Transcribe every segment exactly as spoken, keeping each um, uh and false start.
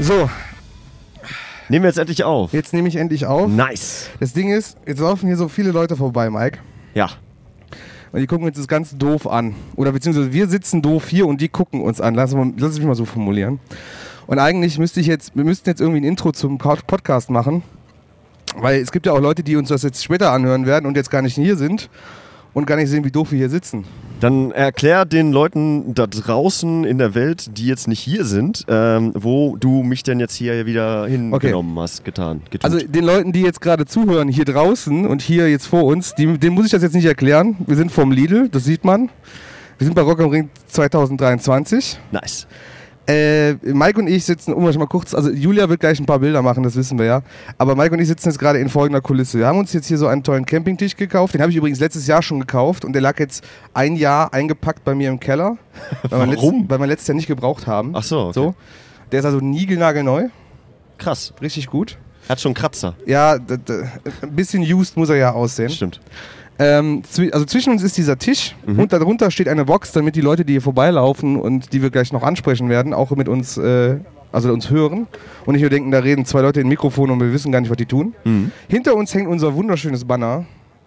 So. Nehmen wir jetzt endlich auf. Jetzt nehme ich endlich auf. Nice. Das Ding ist, jetzt laufen hier so viele Leute vorbei, Mike. Ja. Und die gucken uns das ganz doof an. Oder beziehungsweise wir sitzen doof hier und die gucken uns an. Lass, mal, lass mich mal so formulieren. Und eigentlich müsste ich jetzt, wir müssten jetzt irgendwie ein Intro zum Podcast machen. Weil es gibt ja auch Leute, die uns das jetzt später anhören werden und jetzt gar nicht hier sind und gar nicht sehen, wie doof wir hier sitzen. Dann erklär den Leuten da draußen in der Welt, die jetzt nicht hier sind, ähm, wo du mich denn jetzt hier wieder hingenommen okay. hast, getan, getut. Also den Leuten, die jetzt gerade zuhören, hier draußen und hier jetzt vor uns, die, denen muss ich das jetzt nicht erklären. Wir sind vom Lidl, das sieht man. Wir sind bei Rock am Ring zwanzig dreiundzwanzig. Nice. Äh, Mike und ich sitzen, um euch mal kurz, also Julia wird gleich ein paar Bilder machen, das wissen wir ja. Aber Mike und ich sitzen jetzt gerade in folgender Kulisse. Wir haben uns jetzt hier so einen tollen Campingtisch gekauft. Den habe ich übrigens letztes Jahr schon gekauft und der lag jetzt ein Jahr eingepackt bei mir im Keller. Weil Warum? Wir letzt, weil wir letztes Jahr nicht gebraucht haben. Ach so, okay. So. Der ist also niegelnagelneu. Krass. Richtig gut. Hat schon Kratzer. Ja, d- d- ein bisschen used muss er ja aussehen. Stimmt. Ähm, zw- also zwischen uns ist dieser Tisch Mhm. und darunter steht eine Box, damit die Leute, die hier vorbeilaufen und die wir gleich noch ansprechen werden, auch mit uns, äh, also uns hören und nicht nur denken, da reden zwei Leute in Mikrofon und wir wissen gar nicht, was die tun. Mhm. Hinter uns hängt unser wunderschönes Banner.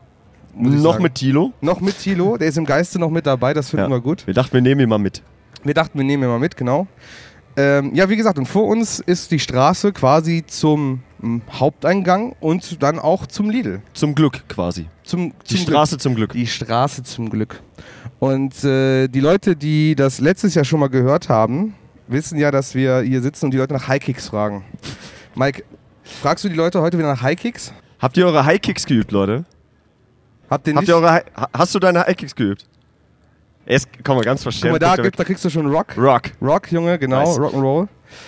muss ich Noch sagen. mit Thilo? Noch mit Thilo, der ist im Geiste noch mit dabei, das finden Ja. wir gut. Wir dachten, wir nehmen ihn mal mit. Wir dachten, wir nehmen ihn mal mit, genau. Ähm, ja, wie gesagt, und vor uns ist die Straße quasi zum m, Haupteingang und dann auch zum Lidl. Zum Glück quasi. Zum, Die zum Straße zum Glück. Die Straße zum Glück. Und äh, die Leute, die das letztes Jahr schon mal gehört haben, wissen ja, dass wir hier sitzen und die Leute nach Highkicks fragen. Mike, fragst du die Leute heute wieder nach Highkicks? Habt ihr eure High-Kicks geübt, Leute? Habt ihr Habt nicht? ihr eure Hi- ha- Hast du deine High-Kicks geübt? Erst, komm mal, ganz Guck verstehen. mal, da, gibt, da kriegst du schon Rock. Rock. Rock, Junge, genau, Nice. Rock'n'Roll.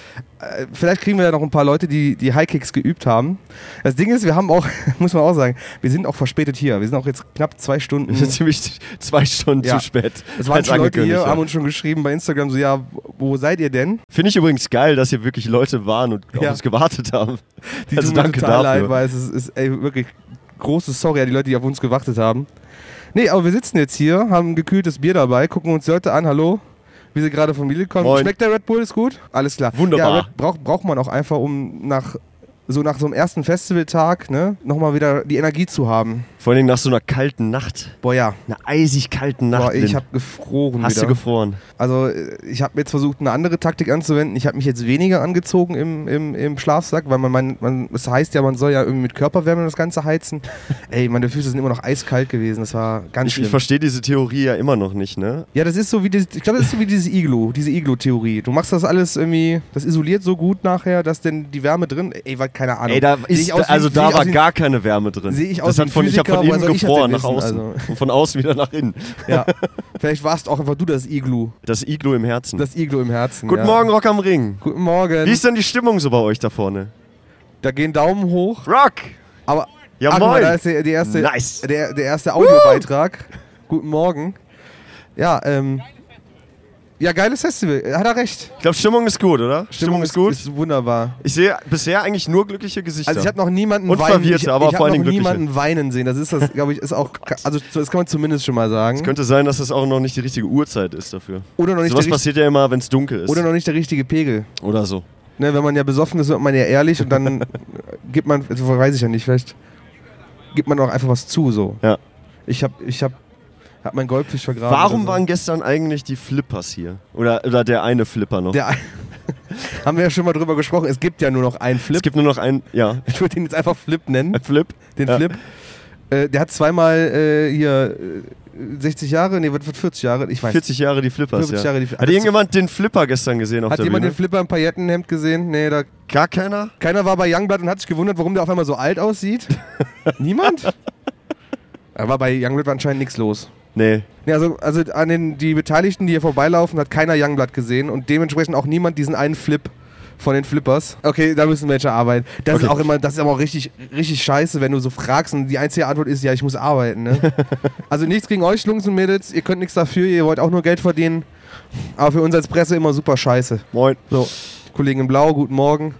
Äh, vielleicht kriegen wir ja noch ein paar Leute, die die Highkicks geübt haben. Das Ding ist, wir haben auch, muss man auch sagen, wir sind auch verspätet hier. Wir sind auch jetzt knapp zwei Stunden. Wir sind ziemlich zwei Stunden Ja. zu spät. Es waren als schon Leute angekündigt, hier, ja. haben uns schon geschrieben bei Instagram so, ja, wo seid ihr denn? Finde ich übrigens geil, dass hier wirklich Leute waren und auf Ja. uns gewartet haben. Die Also tun mir danke total dafür. leid, weil es ist, ist ey, wirklich großes Sorry an die Leute, die auf uns gewartet haben. Nee, aber wir sitzen jetzt hier, haben ein gekühltes Bier dabei, gucken uns die Leute an, hallo, wie sie gerade vom Lidl kommen. Moin. Schmeckt der Red Bull, ist gut? Alles klar. Wunderbar. Ja, Red braucht, braucht man auch einfach, um nach so nach so einem ersten Festivaltag, ne, nochmal wieder die Energie zu haben. Vor allem nach so einer kalten Nacht. Boah, ja. Einer eisig kalten Nacht. Boah, ich Lin. habe gefroren Hast wieder. du gefroren? Also ich habe jetzt versucht, eine andere Taktik anzuwenden. Ich habe mich jetzt weniger angezogen im, im, im Schlafsack, weil man, man, man, das heißt ja, man soll ja irgendwie mit Körperwärme das Ganze heizen. Ey, meine Füße sind immer noch eiskalt gewesen. Das war ganz Ich, schlimm. ich verstehe diese Theorie ja immer noch nicht, ne? Ja, das ist so wie dieses, ich glaube, das ist so wie dieses Iglu, diese Iglu-Theorie. Du machst das alles irgendwie, das isoliert so gut nachher, dass denn die Wärme drin, ey, war keine Ahnung. Ey, da Seh ist, ich aus wie- also seh da ich war aus wie- gar keine Wärme drin. Sehe ich das aus wie hat ein von, ich habe Physiker, von woher innen soll ich das denn gefroren nach wissen? außen. Also- Und von außen wieder nach innen. Ja, vielleicht warst auch einfach du das Iglu, Das Iglu im Herzen. das Iglu im Herzen. Guten ja. Morgen, Rock am Ring. Guten Morgen. Wie ist denn die Stimmung so bei euch da vorne? Da gehen Daumen hoch, Rock! aber Ja, ach, guck mal, moin! da ist der, der erste, Nice. der, der erste Audiobeitrag. Guten Morgen. Ja, ähm, ja, geiles Festival. Hat er recht. Ich glaube, Stimmung ist gut, oder? Stimmung, ist gut. Ist wunderbar. Ich sehe bisher eigentlich nur glückliche Gesichter. Also ich habe noch niemanden Und weinen. verwirrte, ich, aber ich vor allen hab noch Dingen glückliche. niemanden weinen sehen. Das ist das, glaube ich, ist auch. Also das kann man zumindest schon mal sagen. Es könnte sein, dass das auch noch nicht die richtige Uhrzeit ist dafür. Oder noch nicht Sowas der, richt- passiert ja immer, wenn es dunkel ist. oder noch nicht der richtige Pegel. Oder so. Ne, wenn man ja besoffen ist, wird man ja ehrlich und dann gibt man, also weiß ich ja nicht, vielleicht gibt man auch einfach was zu so. Ja. Ich habe, ich habe, hab meinen Goldfisch vergraben. Warum oder so. waren gestern eigentlich die Flippers hier? Oder, oder der eine Flipper noch? Der, haben wir ja schon mal drüber gesprochen. Es gibt ja nur noch einen Flip. Es gibt nur noch einen, ja, Ich würde ihn jetzt einfach Flip nennen. Flip. Den Ja. Flip. Äh, der hat zweimal äh, hier äh, sechzig Jahre, nee, was, was vierzig Jahre, ich weiß. vierzig Jahre die Flippers, vierzig ja. Jahre die Fli- Hat irgendjemand den Flipper gestern gesehen auf Hat der jemand Bühne? den Flipper im Paillettenhemd gesehen? Nee, da, Gar keiner? keiner war bei Youngblood und hat sich gewundert, warum der auf einmal so alt aussieht. Niemand? Da war bei Youngblood anscheinend nichts los. Nee. Nee, also, also an den die Beteiligten, die hier vorbeilaufen, hat keiner Youngblood gesehen und dementsprechend auch niemand diesen einen Flip von den Flippers. Okay, da müssen wir jetzt schon arbeiten. Das Okay. ist auch immer, das ist aber auch richtig, richtig scheiße, wenn du so fragst und die einzige Antwort ist, ja, ich muss arbeiten. Ne? Also nichts gegen euch, Jungs und Mädels, ihr könnt nichts dafür, ihr wollt auch nur Geld verdienen. Aber für uns als Presse immer super scheiße. Moin. So, Kollegen in Blau, guten Morgen.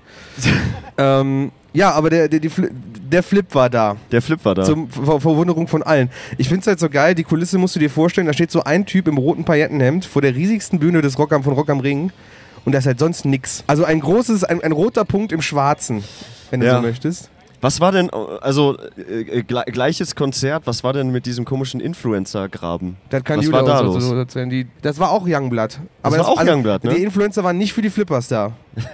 ähm, ja, aber der, der, die Fli- der Flip war da. Der Flip war da. Zum Ver Verwunderung von allen. Ich finde es halt so geil, die Kulisse musst du dir vorstellen, da steht so ein Typ im roten Paillettenhemd vor der riesigsten Bühne des Rock am, von Rock am Ring und da ist halt sonst nix. Also ein großes, ein, ein roter Punkt im Schwarzen, wenn du Ja. so möchtest. Was war denn, also äh, gle- gleiches Konzert, was war denn mit diesem komischen Influencer-Graben? Das kann Was Julia war da auch so, los? so erzählen. Die, das war auch Youngblood. Das war auch Youngblood, ne? Die Influencer waren nicht für die Flippers da.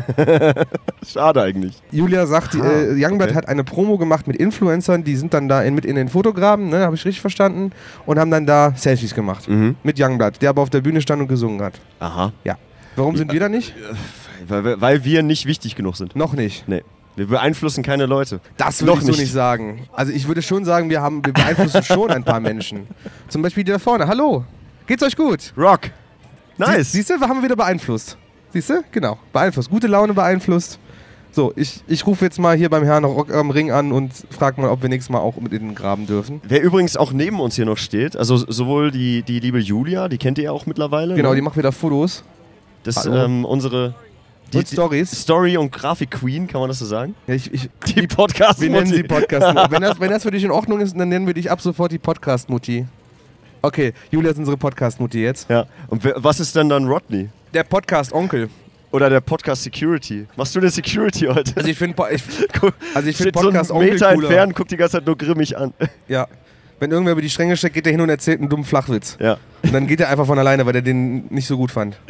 Schade eigentlich. Julia sagt, die, äh, Youngblood okay. hat eine Promo gemacht mit Influencern, die sind dann da in, mit in den Fotograben, ne, habe ich richtig verstanden, und haben dann da Selfies gemacht. Mhm. Mit Youngblood, der aber auf der Bühne stand und gesungen hat. Aha. Ja. Warum sind wir da nicht? Weil, weil wir nicht wichtig genug sind. Noch nicht. Nee. Wir beeinflussen keine Leute. Das würde Noch ich so nicht. nicht sagen. Also ich würde schon sagen, wir, haben, wir beeinflussen schon ein paar Menschen. Zum Beispiel die da vorne. Hallo, geht's euch gut? Rock. Nice. Sie, siehst du, haben wir wieder beeinflusst. Siehst du? Genau, beeinflusst. Gute Laune beeinflusst. So, ich, ich rufe jetzt mal hier beim Herrn Rock am Ring an und frage mal, ob wir nächstes Mal auch mit in den Graben dürfen. Wer übrigens auch neben uns hier noch steht, also sowohl die, die liebe Julia, die kennt ihr ja auch mittlerweile. Genau, ne? die macht wieder Fotos. Das ist Hallo. ähm, unsere die, Und Stories. die Story- und Grafik-Queen, kann man das so sagen? Ja, ich, ich, Die podcast wir nennen sie Podcast-Mutti. wenn, das, wenn das für dich in Ordnung ist, dann nennen wir dich ab sofort die Podcast-Mutti. Okay, Julia ist unsere Podcast-Mutti jetzt. Ja. Und wer, was ist denn dann Rodney? Der Podcast-Onkel. Oder der Podcast-Security? Machst du denn Security heute? Also ich finde ich, Guck, also ich find steht so einen Podcast-Onkel Meter cooler. entfernt, guckt die ganze Zeit nur grimmig an. Ja. Wenn irgendwer über die Stränge steckt, geht er hin und erzählt einen dummen Flachwitz. Ja. Und dann geht er einfach von alleine, weil er den nicht so gut fand.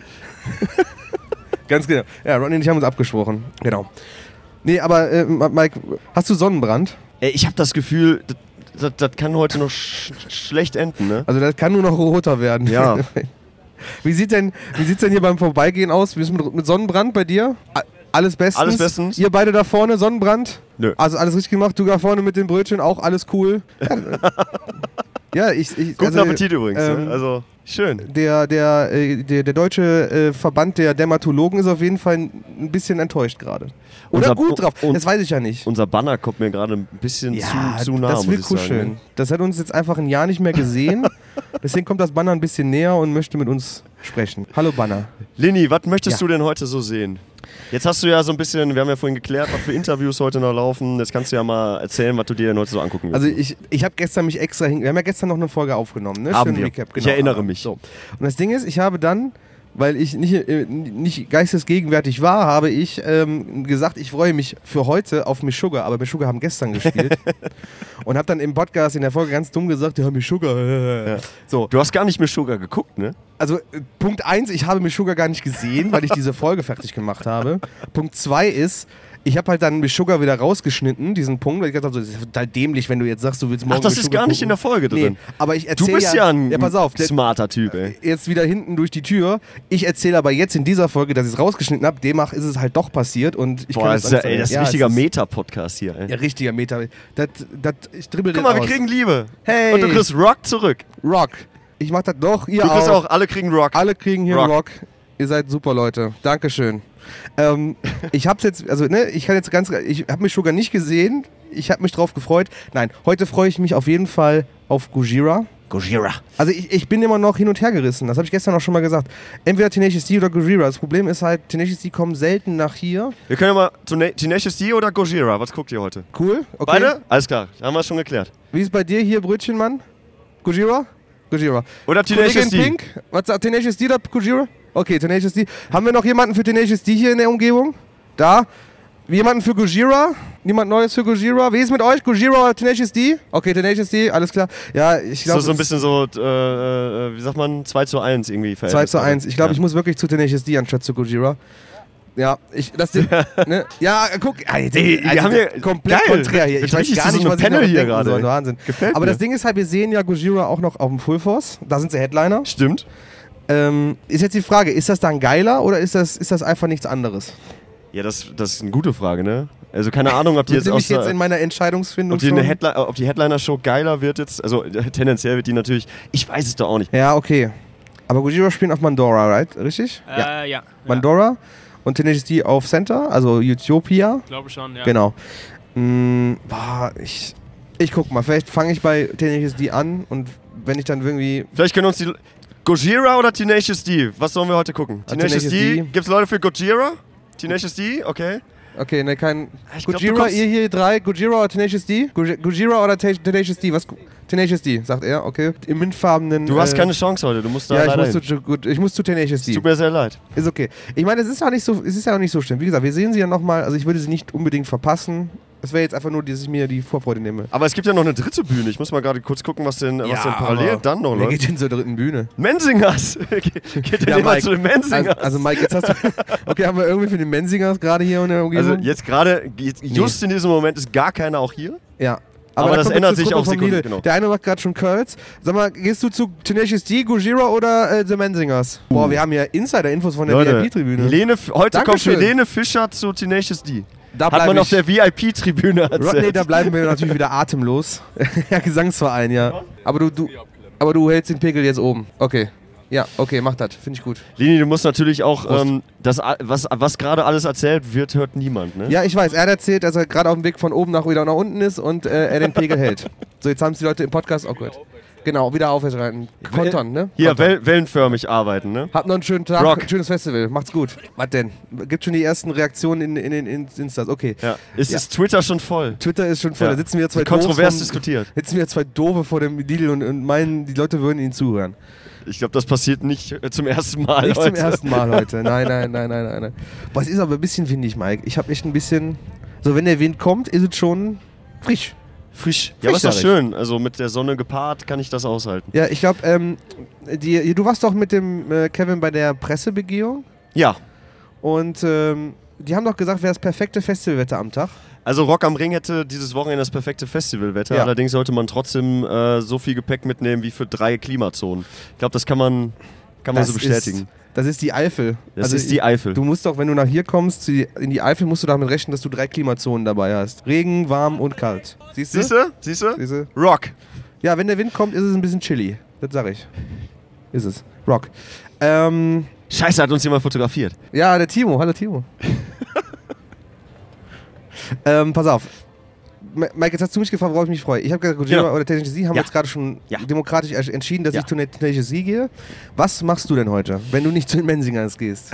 Ganz genau. Ja, Ronny und ich haben uns abgesprochen. Genau. Nee, aber äh, Mike, hast du Sonnenbrand? Ey, ich habe das Gefühl, das, das, das kann heute noch sch schlecht enden, ne? Also das kann nur noch roter werden. Ja. Wie sieht denn, wie sieht's denn hier beim Vorbeigehen aus? Wie ist mit, mit Sonnenbrand bei dir? A- Alles bestens? Alles bestens. Ihr beide da vorne, Sonnenbrand? Nö. Also alles richtig gemacht, du da vorne mit den Brötchen, auch alles cool? Ja, ich... ich Guten also, Appetit übrigens, ähm, ne? Also, schön. Der, der, äh, der, der deutsche äh, Verband der Dermatologen ist auf jeden Fall ein bisschen enttäuscht gerade. Oder Unser- gut drauf, und- das weiß ich ja nicht. Unser Banner kommt mir gerade ein bisschen zu, zu nah, das will muss ich kuscheln. sagen. Ne? Das hat uns jetzt einfach ein Jahr nicht mehr gesehen. Deswegen kommt das Banner ein bisschen näher und möchte mit uns sprechen. Hallo Banner. Lini, was möchtest Ja. du denn heute so sehen? Jetzt hast du ja so ein bisschen, wir haben ja vorhin geklärt, was für Interviews heute noch laufen. Jetzt kannst du ja mal erzählen, was du dir denn heute so angucken willst. Also ich, ich habe gestern mich extra hin... Wir haben ja gestern noch eine Folge aufgenommen, ne? Haben Schönen wir. Recap, Ich erinnere mich. So. Und das Ding ist, ich habe dann, weil ich nicht, äh, nicht geistesgegenwärtig war, habe ich ähm, gesagt, ich freue mich für heute auf Meshuggah, aber Meshuggah haben gestern gespielt. Und habe dann im Podcast in der Folge ganz dumm gesagt, ja, Meshuggah. Ja. So, Du hast gar nicht mit Sugar geguckt, ne? also äh, Punkt eins, ich habe Meshuggah gar nicht gesehen, weil ich diese Folge fertig gemacht habe. Punkt zwei ist, ich habe halt dann Meshuggah wieder rausgeschnitten, diesen Punkt, weil ich gesagt habe, so, das ist total dämlich, wenn du jetzt sagst, du willst morgen Ach, das ist Meshuggah gar nicht gucken. in der Folge drin. Nee, aber ich Du erzähle bist ja ein ja, pass auf, der, smarter Typ, ey. jetzt wieder hinten durch die Tür. Ich erzähle aber jetzt in dieser Folge, dass ich es rausgeschnitten habe. Demnach ist es halt doch passiert und ich Boah, kann das ist, ja, ey, das ist ein ja, richtiger es ist- Meta-Podcast hier, ey. Ja, richtiger Meta. Das, das, ich dribbel Guck den mal, wir aus. kriegen Liebe. Hey. Und du kriegst Rock zurück. Rock. Ich mach das doch, ihr Du kriegst auch. auch, alle kriegen Rock. Alle kriegen hier Rock. Rock. Ihr seid super Leute. Dankeschön. Ähm, ich hab's jetzt, also ne, ich kann jetzt ganz, ich habe mich Sugar nicht gesehen. Ich habe mich drauf gefreut. Nein, heute freue ich mich auf jeden Fall auf Gojira. Gojira. Also ich, ich bin immer noch hin und her gerissen. Das habe ich gestern auch schon mal gesagt. Entweder Tenacious D oder Gojira. Das Problem ist halt, Tenacious D kommen selten nach hier. Wir können ja mal Tena- Tenacious D oder Gojira. Was guckt ihr heute? Cool. Okay. Beide? Alles klar, haben wir es schon geklärt. Wie ist bei dir hier, Brötchenmann? Gojira? Gojira. Oder Tenacious Kollegin D. Pink? Was sagt Tenacious D oder Gojira? Okay, Tenacious D. Haben wir noch jemanden für Tenacious D hier in der Umgebung? Da? Jemanden für Gojira? Niemand Neues für Gojira? Wie ist mit euch? Gojira oder Tenacious D? Okay, Tenacious D, alles klar. Ja, ich glaube... So, so ein bisschen so, äh, äh, wie sagt man, zwei zu eins irgendwie zwei Verhältnis. zu eins. Ich glaube, ja. ich muss wirklich zu Tenacious D anstatt zu Gojira. Ja, ich, das, ne? Ja, guck, Alter, Ey, wir haben hier- komplett geil. konträr hier. Wird Ich weiß richtig gar zu so nicht, einem was ich Panel noch hier denken gerade, soll. ey. Wahnsinn. Gefällt Aber mir. das Ding ist halt, wir sehen ja Gojira auch noch auf dem Full Force. Da sind sie Headliner. Stimmt. Ähm, ist jetzt die Frage, ist das dann geiler oder ist das, ist das einfach nichts anderes? Ja, das, das ist eine gute Frage, ne? Also keine Ahnung, ob die Sind jetzt Sie mich aus jetzt der- in meiner Entscheidungsfindung ob die, schon? eine Headli- ob die Headliner-Show geiler wird jetzt. Also äh, tendenziell wird die natürlich. Ich weiß es doch auch nicht. Ja, okay. Aber Gojira spielen auf Mandora, right? Richtig? Äh, ja. ja. Mandora und Tenacious D auf Center, also Utopia. Glaube schon, ja. Genau. Mm, boah, ich, ich guck mal, vielleicht fange ich bei Tenacious D an und wenn ich dann irgendwie... Vielleicht können uns die. Gojira oder Tenacious D? Was sollen wir heute gucken? Ah, Tenacious Tenacious D. D. Gibt's Leute für Gojira? Tenacious D? Okay. Okay, ne, kein... Ich glaub, Gojira, ihr hier drei. Gojira oder Tenacious D? Gojira oder Tenacious D? Was... Tenacious D, sagt er, okay. Im mintfarbenen... Du hast äh, keine Chance heute, du musst da ja, ich leider muss, hin. zu, gut, ich muss zu Tenacious D. Tut mir sehr leid. Ist okay. Ich meine, es ist ja nicht so, es ist ja auch nicht so schlimm. Wie gesagt, wir sehen sie ja nochmal, also ich würde sie nicht unbedingt verpassen. Es wäre jetzt einfach nur, dass ich mir die Vorfreude nehme. Aber es gibt ja noch eine dritte Bühne. Ich muss mal gerade kurz gucken, was denn, was denn parallel dann noch läuft. Wer geht denn zur dritten Bühne? Menzingers! geht denn ja, Mike, zu den Menzingers? Also, also Mike, jetzt hast du... Okay, haben wir irgendwie für den Menzingers gerade hier in der Umgebung? Also jetzt gerade, just nee. in diesem Moment ist gar keiner auch hier. Ja. Aber, Aber da das ändert sich auch Sekunden, genau. Der eine macht gerade schon Curls. Sag mal, gehst du zu Tenacious D, Gojira oder äh, The Menzingers? Uh. Boah, wir haben ja Insider-Infos von der Leute, V I P-Tribüne. Helene, heute Dankeschön. kommt Helene Fischer zu Tenacious D. Da Hat man ich. auf der V I P-Tribüne erzählt. Rodney, da bleiben wir natürlich wieder atemlos. Ja, Gesangsverein, ja. Aber du, du, aber du hältst den Pegel jetzt oben. Okay. Ja, okay, mach das. Finde ich gut. Lini, du musst natürlich auch, ähm, das, was, was gerade alles erzählt wird, hört niemand, ne? Ja, ich weiß. Er hat erzählt, dass er gerade auf dem Weg von oben nach wieder nach unten ist und äh, er den Pegel hält. So, jetzt haben es die Leute im Podcast auch gehört. Genau, wieder aufrechten. Kontern, ne? Hier, Kontern. Well, wellenförmig arbeiten, ne? Habt noch einen schönen Tag, Rock. Ein schönes Festival. Macht's gut. Was denn? Gibt schon die ersten Reaktionen in, in den Instas. Okay. Ja. Ist, ja. ist Twitter schon voll? Twitter ist schon voll. Ja. Da sitzen wir zwei kontrovers vom, diskutiert. Sitzen wir zwei Doofe vor dem Lidl und, und meinen, die Leute würden ihnen zuhören. Ich glaube, das passiert nicht äh, zum ersten Mal Nicht heute. zum ersten Mal heute. Nein, nein, nein, nein, nein. nein. Boah, es ist aber ein bisschen windig, Mike. Ich habe echt ein bisschen... So, wenn der Wind kommt, ist es schon frisch. Frisch. Ja, aber ist doch schön. Also mit der Sonne gepaart kann ich das aushalten. Ja, ich glaube, ähm, die, du warst doch mit dem äh, Kevin bei der Pressebegehung. Ja. Und ähm, die haben doch gesagt, wäre das perfekte Festivalwetter am Tag. Also Rock am Ring hätte dieses Wochenende das perfekte Festivalwetter. Ja. Allerdings sollte man trotzdem äh, so viel Gepäck mitnehmen wie für drei Klimazonen. Ich glaube, das kann man, kann man das so bestätigen. Ist, das ist die Eifel. Das also ist die Eifel. Du musst doch, wenn du nach hier kommst, in die Eifel, musst du damit rechnen, dass du drei Klimazonen dabei hast. Regen, warm und kalt. Siehst du? Siehst du? Siehst du? Siehst du? Rock. Ja, wenn der Wind kommt, ist es ein bisschen chilly. Das sag ich. Ist es. Rock. Ähm, Scheiße, hat uns jemand fotografiert. Ja, der Timo. Hallo Timo. ähm, pass auf. Mike, jetzt hast du mich gefragt, worauf ich mich freue. Ich habe gesagt, Gojira ja. oder Tenacious D haben ja. jetzt gerade schon ja. demokratisch entschieden, dass ja. ich zu Tenacious D gehe. Was machst du denn heute, wenn du nicht zu den Menzingers gehst?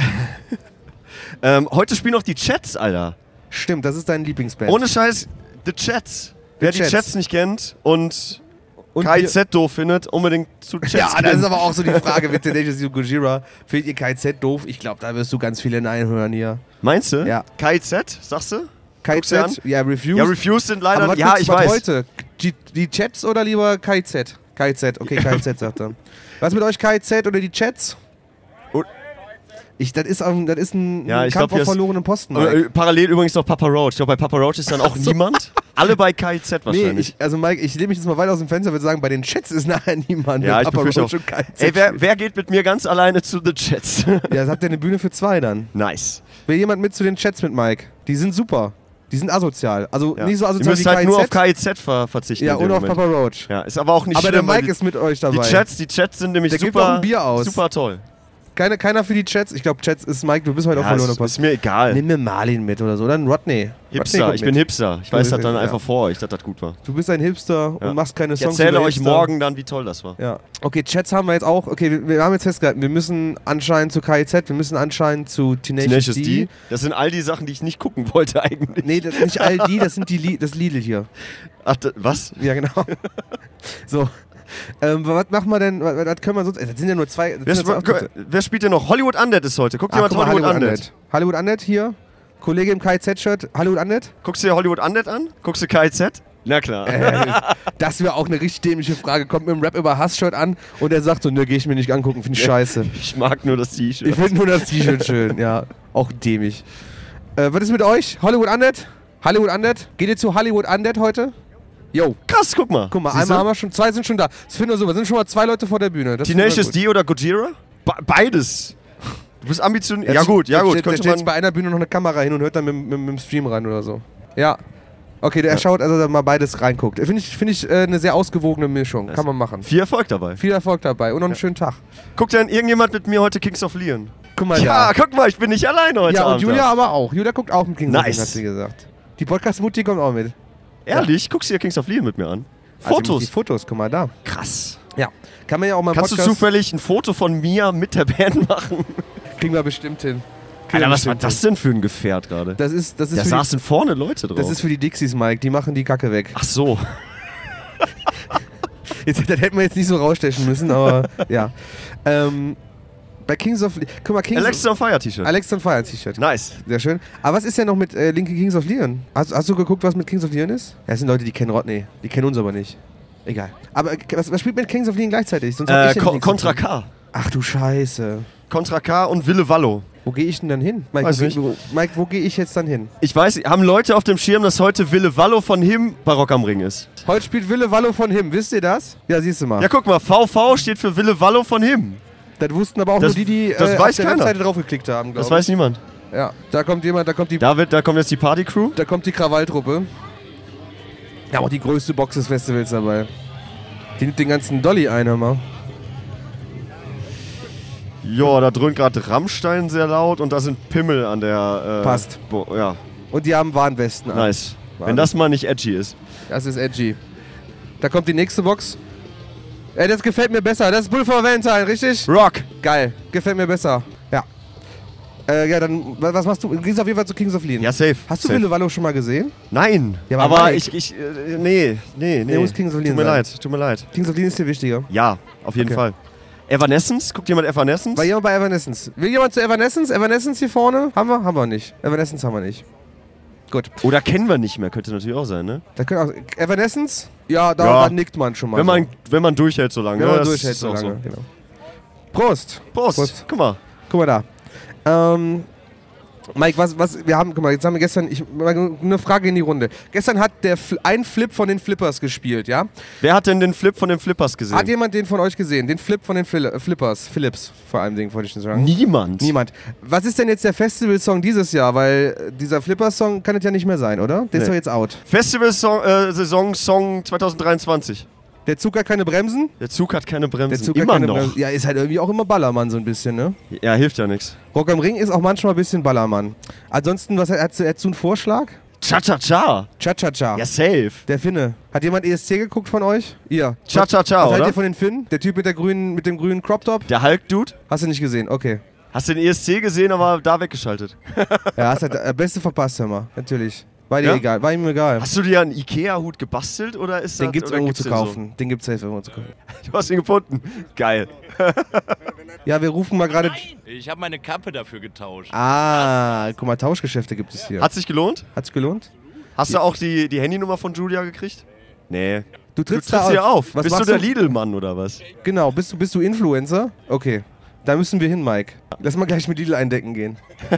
ähm, heute spielen noch die Chats, Alter. Stimmt, das ist dein Lieblingsband. Ohne Scheiß, The Chats. The Wer Chats. die Chats nicht kennt und, und K I Z doof findet, unbedingt zu Chats Ja, gehen. das ist aber auch so die Frage mit Tenacious D und Gojira. Findet ihr K I Z doof? Ich glaube, da wirst du ganz viele Nein hören hier. Meinst du? Ja. K I Z, sagst du? K I Z, ja, Refused. Ja, Refused sind leider... Aber ja, ich weiß. heute? Die, die Chats oder lieber K I Z? K I Z, okay, K I Z sagt er. Was mit euch, K I Z oder die Chats? Und ich, das, ist, um, das ist ein ja, ich Kampf glaub, auf verlorenen Posten. Äh, parallel übrigens noch Papa Roach. Ich glaube, bei Papa Roach ist dann auch so. niemand. Alle bei K I Z wahrscheinlich. Nee, ich, also Mike, ich lehne mich jetzt mal weit aus dem Fenster und würde sagen, bei den Chats ist nachher niemand. Ja, ich Papa befürchte Roach auch. Und K I Z. Ey, wer, wer geht mit mir ganz alleine zu The Chats? Ja, das habt ihr eine Bühne für zwei dann. Nice. Will jemand mit zu den Chats mit Mike? Die sind super. Die sind asozial. Also ja. nicht so asozial wie K I Z. Ihr müsst wie halt nur auf K I Z ver verzichten. Ja, und auf Papa Roach. Ja, ist aber auch nicht aber schlimm. Aber der Mike ist mit euch dabei. Die Chats, die Chats sind nämlich der super, gibt auch ein Bier aus. super toll. Keine, keiner für die Chats. Ich glaube, Chats ist Mike, du bist heute ja, auf verlorener Post. Ist mir egal. Nimm mir Marlin mit oder so. Oder ein Rodney. Hipster, Rodney ich bin Hipster. Ich weiß das dann ja. einfach vor euch, dass das gut war. Du bist ein Hipster ja. und machst keine Songs. Ich erzähle euch Hipster. morgen dann, wie toll das war. Ja. Okay, Chats haben wir jetzt auch. Okay, wir, wir haben jetzt festgehalten, wir müssen anscheinend zu K I Z, wir müssen anscheinend zu Tenacious, Tenacious D. D. Das sind all die Sachen, die ich nicht gucken wollte eigentlich. Nee, das, nicht all die, das sind die Li das Lidl hier. Ach, das, was? Ja, genau. So. Ähm, was machen wir denn? Was, was können wir sonst? Das sind ja nur zwei. Wer, sp zwei wer spielt denn noch? Hollywood Undead ist heute. Guck dir ah, mal guck Hollywood, Hollywood Undead. Undead. Hollywood Undead hier. Kollege im K I Z-Shirt. Hollywood Undead. Guckst du dir Hollywood Undead an? Guckst du K I Z? Na klar. Äh, das wäre auch eine richtig dämliche Frage. Kommt mit dem Rap über Hass-Shirt an und er sagt so, ne, geh ich mir nicht angucken, finde ich scheiße. Ich mag nur das T-Shirt. Ich finde nur das T-Shirt schön, ja. Auch dämlich. Äh, was ist mit euch? Hollywood Undead? Hollywood Undead? Geht ihr zu Hollywood Undead heute? Jo. Krass, guck mal. Guck mal, Siehste? einmal haben wir schon, zwei sind schon da. Das finden wir super. Sind schon mal zwei Leute vor der Bühne. Das Tenacious D oder Gojira? Be beides. Du bist ambitioniert. Ja gut, ja gut. Da steht jetzt bei einer Bühne noch eine Kamera hin und hört dann mit, mit, mit dem Stream rein oder so. Ja. Okay, der ja. schaut, also da mal beides reinguckt. Finde ich, find ich äh, eine sehr ausgewogene Mischung. Das Kann man machen. Viel Erfolg dabei. Viel Erfolg dabei und noch einen ja. schönen Tag. Guckt denn irgendjemand mit mir heute Kings of Leon? Guck mal ja, da. guck mal, ich bin nicht alleine heute Ja, und Abend Julia da. aber auch. Julia guckt auch mit Kings nice. of Leon, hat sie gesagt. Die Podcast-Mutti kommt auch mit. Ehrlich? Ja. Guckst du dir Kings of Leon mit mir an? Fotos? Also die Fotos, guck mal da. Krass. Ja. Kann man ja auch mal Kannst Podcast du zufällig ein Foto von mir mit der Band machen? Kriegen wir bestimmt hin. Alter, was war das denn für ein Gefährt gerade? Das ist, das ist da saßen die, vorne Leute drauf. Das ist für die Dixies, Mike. Die machen die Kacke weg. Ach so. Jetzt, das hätten wir jetzt nicht so rausstechen müssen, aber ja. Ähm, bei Kings of Leon. Guck mal, Kings Alexa on Fire T-Shirt. Alexa on Fire T-Shirt. Nice. Sehr schön. Aber was ist denn noch mit äh, Linke Kings of Leon? Hast, hast du geguckt, was mit Kings of Leon ist? Ja, das sind Leute, die kennen Rodney. Die kennen uns aber nicht. Egal. Aber äh, was, was spielt mit Kings of Leon gleichzeitig? Sonst äh, Ko- Contra K. Ach du Scheiße. Contra K und Wille Wallo. Wo gehe ich denn dann hin? Mike, weiß wo, nicht. Wo, Mike, wo gehe ich jetzt dann hin? Ich weiß, haben Leute auf dem Schirm, dass heute Wille Wallo von Him bei Rock am Ring ist. Heute spielt Wille Wallo von Him. Wisst ihr das? Ja, siehst du mal. Ja, guck mal, V V steht für Wille Wallo von Him. Das wussten aber auch das, nur die, die das äh, weiß auf der keiner. Webseite draufgeklickt haben, glaube ich. Das weiß niemand. Ja, da kommt jemand, da kommt die... Da, wird, da kommt jetzt die Party-Crew. Da kommt die Krawalltruppe. Ja, auch die größte Box des Festivals dabei. Die nimmt den ganzen Dolly ein, hör mal. Ja, da dröhnt gerade Rammstein sehr laut und da sind Pimmel an der... Äh, Passt. Bo- ja. Und die haben Warnwesten an. Nice. Wahnsinn. Wenn das mal nicht edgy ist. Das ist edgy. Da kommt die nächste Box. Ey, das gefällt mir besser. Das ist Bull for Valentine, richtig? Rock. Geil. Gefällt mir besser. Ja. Äh, ja, dann, was machst du? Du gehst auf jeden Fall zu Kings of Leon. Ja, safe. Hast du safe. Wille Wallo schon mal gesehen? Nein. Ja, aber aber Mike. ich, ich, äh, nee, nee, nee. Der muss Kings of Leon Tut mir sein. leid, tut mir leid. Kings of Leon ist dir wichtiger. Ja, auf jeden Okay. Fall. Evanescence? Guckt jemand Evanescence? War jemand bei Evanescence? Will jemand zu Evanescence? Evanescence hier vorne? Haben wir? Haben wir nicht. Evanescence haben wir nicht. Gut. Oder kennen wir nicht mehr, könnte natürlich auch sein, ne? Da können auch, Evanescence? Ja, da, Ja. da nickt man schon mal. Wenn man, so. wenn man durchhält so lange. Wenn ne? man Das durchhält ist so auch lange. Genau. Prost. Prost. Prost. Guck mal. Guck mal da. Ähm, Mike, was, was, wir haben, guck mal, jetzt haben wir gestern, ich, eine Frage in die Runde. Gestern hat der Fl- ein Flip von den Flippers gespielt, ja? Wer hat denn den Flip von den Flippers gesehen? Hat jemand den von euch gesehen? Den Flip von den Fli- äh, Flippers? Philips, vor allem Dingen, wollte ich schon sagen. Niemand. Niemand. Was ist denn jetzt der Festival-Song dieses Jahr? Weil äh, dieser Flippers-Song kann es ja nicht mehr sein, oder? Der Nee. ist doch jetzt out. Festival-Saison Song zwanzig dreiundzwanzig. Der Zug hat keine Bremsen? Der Zug hat keine Bremsen. Der Zug Immer hat keine noch. Bremsen. Ja, ist halt irgendwie auch immer Ballermann so ein bisschen, ne? Ja, hilft ja nichts. Rock am Ring ist auch manchmal ein bisschen Ballermann. Ansonsten, was hast du, hättest du einen Vorschlag? Cha-cha-cha. Cha-cha-cha. Ja, safe. Der Finne. Hat jemand E S C geguckt von euch? Ihr. Cha-cha-cha, Was seid oder? ihr von den Finnen? Der Typ mit, der grünen, mit dem grünen Crop-Top? Der Hulk-Dude? Hast du nicht gesehen? Okay. Hast du den E S C gesehen, aber da weggeschaltet? Ja, hast halt der Beste verpasst, hör mal. Natürlich. War dir Ja? egal. War ihm egal. Hast du dir einen Ikea-Hut gebastelt oder ist Den das... gibt's oder irgendwo gibt's zu den kaufen. Den gibt's safe irgendwo zu kaufen. So? Du hast ihn gefunden. Geil. Ja, wir rufen mal gerade... Ich habe meine Kappe dafür getauscht. Ah, guck mal, Tauschgeschäfte gibt es hier. Hat sich gelohnt? Hat's gelohnt? Hast du auch die, die Handynummer von Julia gekriegt? Nee. Du Du trittst, trittst da hier auf. Was Bist du machst der Lidl-Mann oder was? Genau, bist du, bist du Influencer? Okay. Da müssen wir hin, Mike. Lass mal gleich mit Lidl eindecken gehen.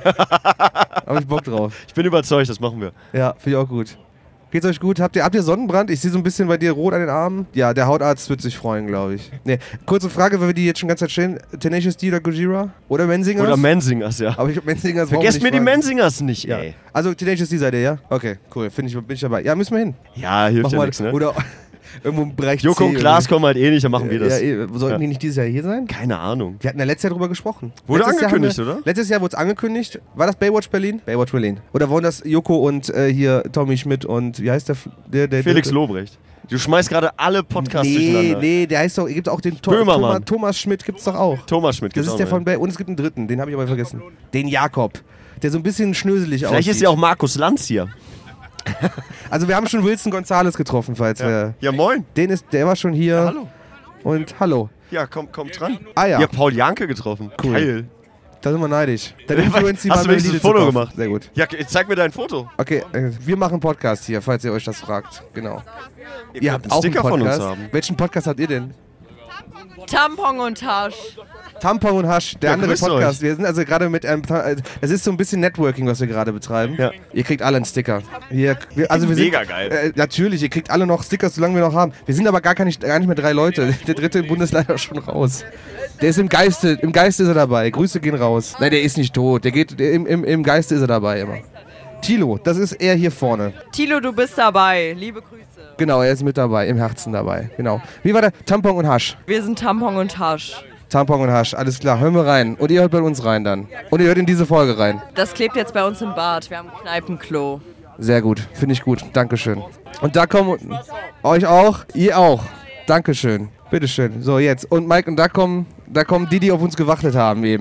Hab ich Bock drauf. Ich bin überzeugt, das machen wir. Ja, finde ich auch gut. Geht's euch gut? Habt ihr, habt ihr Sonnenbrand? Ich sehe so ein bisschen bei dir rot an den Armen. Ja, der Hautarzt wird sich freuen, glaube ich. Nee, kurze Frage, weil wir die jetzt schon ganz Zeit stehen. Tenacious D oder Gojira? Oder Menzingers? Oder Menzingers, ja. Aber ich glaube, Menzingers brauchen wir Vergesst nicht mir die fragen. Menzingers nicht, Ja. ey. Also Tenacious D seid ihr, ja? Okay, cool. Finde ich, bin ich dabei. Ja, müssen wir hin. Ja, hilft Mach ja mal, nichts, ne? Oder irgendwo im Bereich Joko C und Klaas irgendwie. kommen halt eh nicht, dann machen wir das. Ja, eh, sollten Ja. die nicht dieses Jahr hier sein? Keine Ahnung. Wir hatten ja letztes Jahr drüber gesprochen. Wurde letztes Jahr angekündigt, haben wir, oder? Letztes Jahr wurde es angekündigt. War das Baywatch Berlin? Baywatch Berlin. Oder waren das Joko und äh, hier Tommy Schmidt und wie heißt der? der, der Felix der, Lobrecht. Du schmeißt gerade alle Podcasts Nee, durcheinander. nee, der heißt doch, gibt auch den to Böhmermann. Thomas, Thomas Schmidt gibt's doch auch. Thomas Schmidt Das gibt's ist auch der noch, von ja. Bay und es gibt einen dritten, den habe ich aber vergessen. Den Jakob, der so ein bisschen schnöselig aussieht. Vielleicht ist ja auch Markus Lanz hier. Also wir haben schon Wilson Gonzales getroffen, falls wir... Ja, moin. Den ist, der war schon hier. Hallo. Und hallo. Ja, komm, komm dran. Ah ja, Ihr habt Paul Janke getroffen. Cool. Geil. da sind wir neidisch. Dann influenzt die Hast mal du bei wenigstens Lidl ein Foto zu kaufen. gemacht? Sehr gut. Ja, zeig mir dein Foto. Okay, äh, wir machen einen Podcast hier, falls ihr euch das fragt. Genau. Ihr, Ihr könnt habt auch einen Sticker von uns Podcast. haben. Welchen Podcast habt ihr denn? Tampon und Hasch. Tampon und Hasch, der Ja, andere grüßt Podcast. euch. Wir sind also gerade mit einem. Es ist so ein bisschen Networking, was wir gerade betreiben. Ja. Ihr kriegt alle einen Sticker. Wir, wir, also wir Mega sind, geil. Äh, natürlich, ihr kriegt alle noch Stickers, solange wir noch haben. Wir sind aber gar, gar, nicht, gar nicht mehr drei Leute. Der dritte im Bund ist leider schon raus. Der ist im Geiste, im Geiste ist er dabei. Grüße gehen raus. Nein, der ist nicht tot. Der geht, der, im, im, im Geiste ist er dabei immer. Thilo, das ist er hier vorne. Thilo, du bist dabei. Liebe Grüße. Genau, er ist mit dabei, im Herzen dabei. Genau. Wie war der? Tampon und Hasch. Wir sind Tampon und Hasch. Tampon und Hasch, alles klar. Hören wir rein. Und ihr hört bei uns rein dann. Und ihr hört in diese Folge rein. Das klebt jetzt bei uns im Bad. Wir haben ein Kneipenklo. Sehr gut, finde ich gut. Dankeschön. Und da kommen euch auch, ihr auch. Dankeschön. Bitteschön. So, jetzt. Und Mike, und da kommen, da kommen die, die auf uns gewartet haben eben.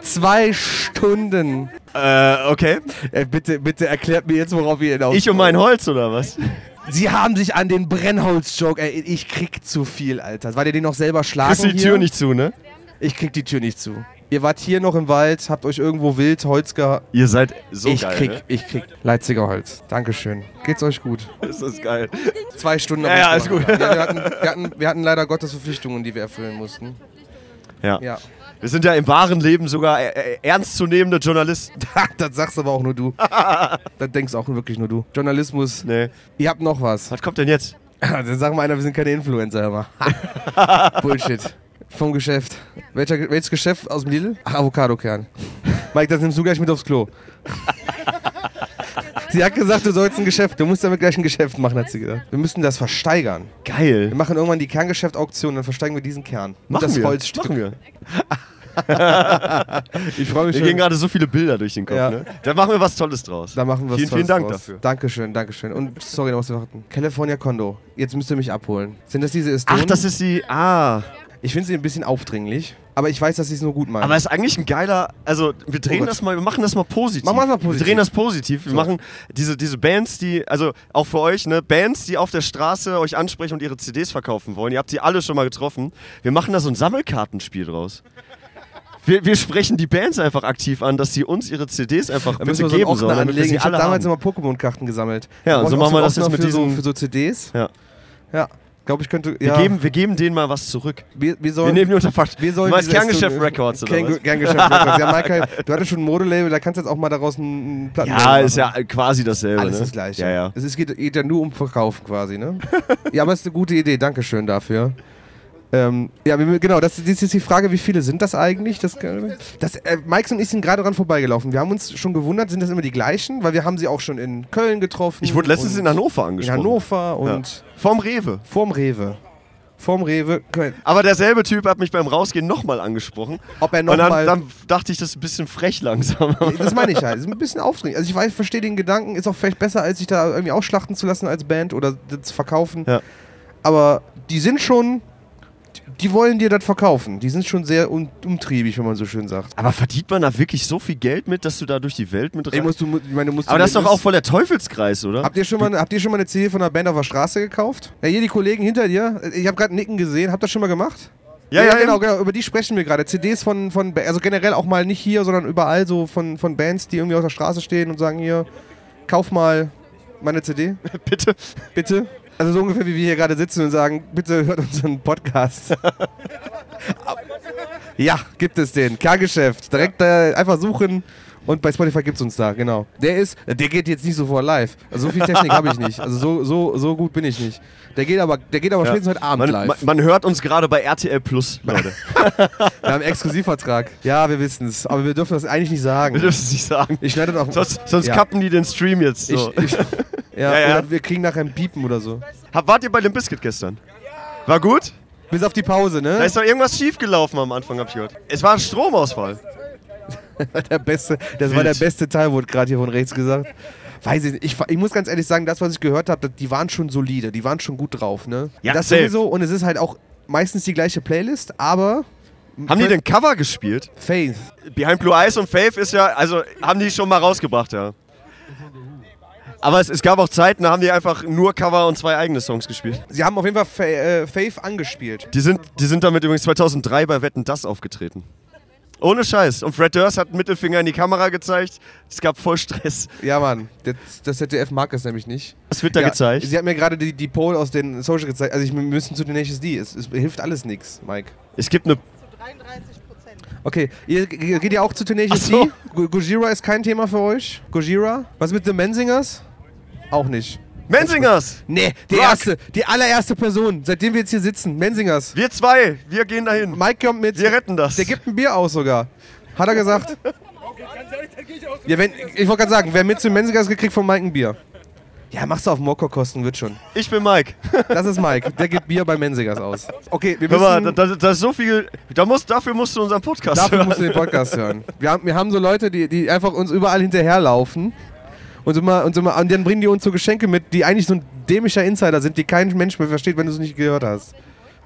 Zwei Stunden. Äh, okay. Ey, bitte, bitte erklärt mir jetzt, worauf ihr hinaus. Ich und mein Holz, oder was? Sie haben sich an den Brennholz-Joke, ey, ich krieg zu viel, Alter. War der den noch selber schlagen Kriegst du die hier? Tür nicht zu, ne? Ich krieg die Tür nicht zu. Ihr wart hier noch im Wald, habt euch irgendwo wild Holz geha... Ihr seid so ich geil, krieg, ne? ich krieg Leipziger Holz. Dankeschön. Geht's euch gut? Ist das geil. Zwei Stunden. Ja, ja, alles gut. Ja, wir, hatten, wir, hatten, wir hatten leider Gottes Verpflichtungen, die wir erfüllen mussten. Ja. Ja. Wir sind ja im wahren Leben sogar äh, ernstzunehmende Journalisten. Das sagst aber auch nur du. Das denkst auch wirklich nur du. Journalismus. Nee. Ihr habt noch was. Was kommt denn jetzt? Dann sag mal einer, wir sind keine Influencer, hör mal. Bullshit. Vom Geschäft. Welcher, welches Geschäft aus dem Lidl? Ach, Avocadokern. Mike, das nimmst du gleich mit aufs Klo. Sie hat gesagt, du sollst ein Geschäft, du musst damit gleich ein Geschäft machen, hat sie gesagt. Wir müssen das versteigern. Geil. Wir machen irgendwann die Kerngeschäft-Auktion, dann versteigen wir diesen Kern. Und Machen das wir. Holzstück. Machen wir. Ich freue mich Mir schon. gehen gerade so viele Bilder durch den Kopf, Ja. ne? Da machen wir was Tolles draus. Da machen wir was Vielen, vielen Tolles Dank draus. dafür. Dankeschön, Dankeschön. Und sorry, noch was wir warten. California Condo. Jetzt müsst ihr mich abholen. Sind das diese Estonen? Ach, das ist die... Ah. Ich finde sie ein bisschen aufdringlich, aber ich weiß, dass sie es nur gut meinen. Aber es ist eigentlich ein geiler... Also, wir drehen Oh Gott. das mal... Wir machen das mal positiv. Machen wir mal positiv. Wir drehen das positiv. Wir So. machen diese, diese Bands, die... Also, auch für euch, ne? Bands, die auf der Straße euch ansprechen und ihre C Ds verkaufen wollen. Ihr habt sie alle schon mal getroffen. Wir machen da so ein Sammelkartenspiel draus. Wir, wir sprechen die Bands einfach aktiv an, dass sie uns ihre C Ds einfach Da bitte müssen wir so einen geben Ordner sollen, damit wir anlegen. sie Ich habe alle damals haben. immer Pokémon-Karten gesammelt. Ja, Da brauch so ich auch machen wir einen das jetzt Ordner mit für so, diesen- für so C Ds. Ja. Ja, glaube ich könnte... Wir, Ja. geben, wir geben denen mal was zurück. wir, wir, sollen, Wir nehmen die unter Vertrag. wir sollen Du meinst diese Kerngeschäft Estonen- Records oder Kern- was? Kerngeschäft Records. Ja, Michael, du hattest schon ein Modelabel, da kannst du jetzt auch mal daraus einen Platten Ja, ist ja quasi dasselbe. Alles ne? das Gleiche. Ja, ja. Es ist- geht, geht ja nur um Verkaufen quasi, ne? Ja, aber es ist eine gute Idee. Dankeschön dafür. Ähm, ja, wir- genau, das, das ist jetzt die Frage, wie viele sind das eigentlich? Das, das, äh, Mike und ich sind gerade dran vorbeigelaufen. Wir haben uns schon gewundert, sind das immer die gleichen? Weil wir haben sie auch schon in Köln getroffen. Ich wurde letztens und in Hannover In angesprochen. Hannover und Ja. Vorm Rewe. vorm Rewe. Vorm Rewe. Köln. Aber derselbe Typ hat mich beim Rausgehen nochmal angesprochen. Ob er Und nochmal... dann, dann dachte ich, das ist ein bisschen frech langsam. Das meine ich halt. Das ist ein bisschen aufdringlich. Also ich weiß, verstehe den Gedanken, ist auch vielleicht besser, als sich da irgendwie ausschlachten zu lassen als Band oder das zu verkaufen. Ja. Aber die sind schon... Die wollen dir das verkaufen. Die sind schon sehr um, umtriebig, wenn man so schön sagt. Aber verdient man da wirklich so viel Geld mit, dass du da durch die Welt mit Ey, rein... musst du, ich meine, du musst Aber du das ist doch mit- auch voll der Teufelskreis, oder? Habt ihr, schon mal, habt ihr schon mal eine C D von einer Band auf der Straße gekauft? Ja, hier die Kollegen hinter dir. Ich habe gerade Nicken gesehen. Habt ihr das schon mal gemacht? Ja, ja, genau, ja. genau. Über die sprechen wir gerade. C Ds von, von, also generell auch mal nicht hier, sondern überall so von, von Bands, die irgendwie auf der Straße stehen und sagen hier, kauf mal meine C D, Bitte. bitte. Also so ungefähr wie wir hier gerade sitzen und sagen, bitte hört unseren Podcast. Ja, gibt es den. Kerngeschäft. Direkt äh, einfach suchen und bei Spotify gibt es uns da, genau. Der ist, der geht jetzt nicht sofort live. Also so viel Technik habe ich nicht. Also so, so, so gut bin ich nicht. Der geht aber, der geht aber Ja. spätestens heute Abend Man, live. man, man hört uns gerade bei R T L Plus, Leute. Wir haben einen Exklusivvertrag. Ja, wir wissen es. Aber wir dürfen das eigentlich nicht sagen. Wir dürfen es nicht sagen. Ich schneide das auch. Sonst, sonst ja. kappen die den Stream jetzt. So. Ich, ich, ja, Ja, ja. Oder wir kriegen nachher ein Piepen oder so. Hab, wart ihr bei Limp Bizkit gestern? War gut? Bis auf die Pause, Da ne? ist doch irgendwas schiefgelaufen am Anfang, hab ich gehört. Es war ein Stromausfall. Der beste, das war Wild. der beste Teil, wurde gerade hier von rechts gesagt. Weiß ich nicht. Ich, ich muss ganz ehrlich sagen, das, was ich gehört habe, die waren schon solide. Die waren schon gut drauf, ne? Ja, das safe. sowieso. Und es ist halt auch meistens die gleiche Playlist, aber... Haben die denn Cover gespielt? Faith. Behind Blue Eyes und Faith ist ja, also haben die schon mal rausgebracht, ja. Aber es, es gab auch Zeiten, da haben die einfach nur Cover und zwei eigene Songs gespielt. Sie haben auf jeden Fall Fa äh, Faith angespielt. Die sind, die sind damit übrigens zweitausenddrei bei Wetten, das aufgetreten. Ohne Scheiß. Und Fred Durst hat einen Mittelfinger in die Kamera gezeigt. Es gab voll Stress. Ja, Mann. Das, das Z D F mag es nämlich nicht. Was wird da ja, gezeigt? Sie hat mir gerade die, die Poll aus den Social gezeigt. Also ich, wir müssen zu Tenacious D. Es, es hilft alles nichts, Mike. Es gibt eine... Okay, ihr, ihr geht ja auch zu Tenacious Ach so. D. Go- Gojira ist kein Thema für euch. Gojira? Was mit The Menzingers? Auch nicht. Menzingers! Nee, die Rock. erste, die allererste Person, seitdem wir jetzt hier sitzen. Menzingers. Wir zwei, wir gehen dahin. Mike kommt mit. Wir retten das. Der gibt ein Bier aus sogar. Hat er gesagt. Ja, wenn, ich wollte gerade sagen, wer mit zu Menzingers geht, kriegt von Mike ein Bier. Ja, machst du auf Mokko-Kosten, wird schon. Ich bin Mike. Das ist Mike, der gibt Bier bei Menzingers aus. Okay, wir Hör mal, müssen... da, da, da ist so viel... Da musst, dafür musst du unseren Podcast Dafür hören. musst du den Podcast hören. Wir haben, wir haben so Leute, die, die einfach uns überall hinterherlaufen. Und, so mal, und, so mal, und dann bringen die uns so Geschenke mit, die eigentlich so ein dämlicher Insider sind, die kein Mensch mehr versteht, wenn du es nicht gehört hast.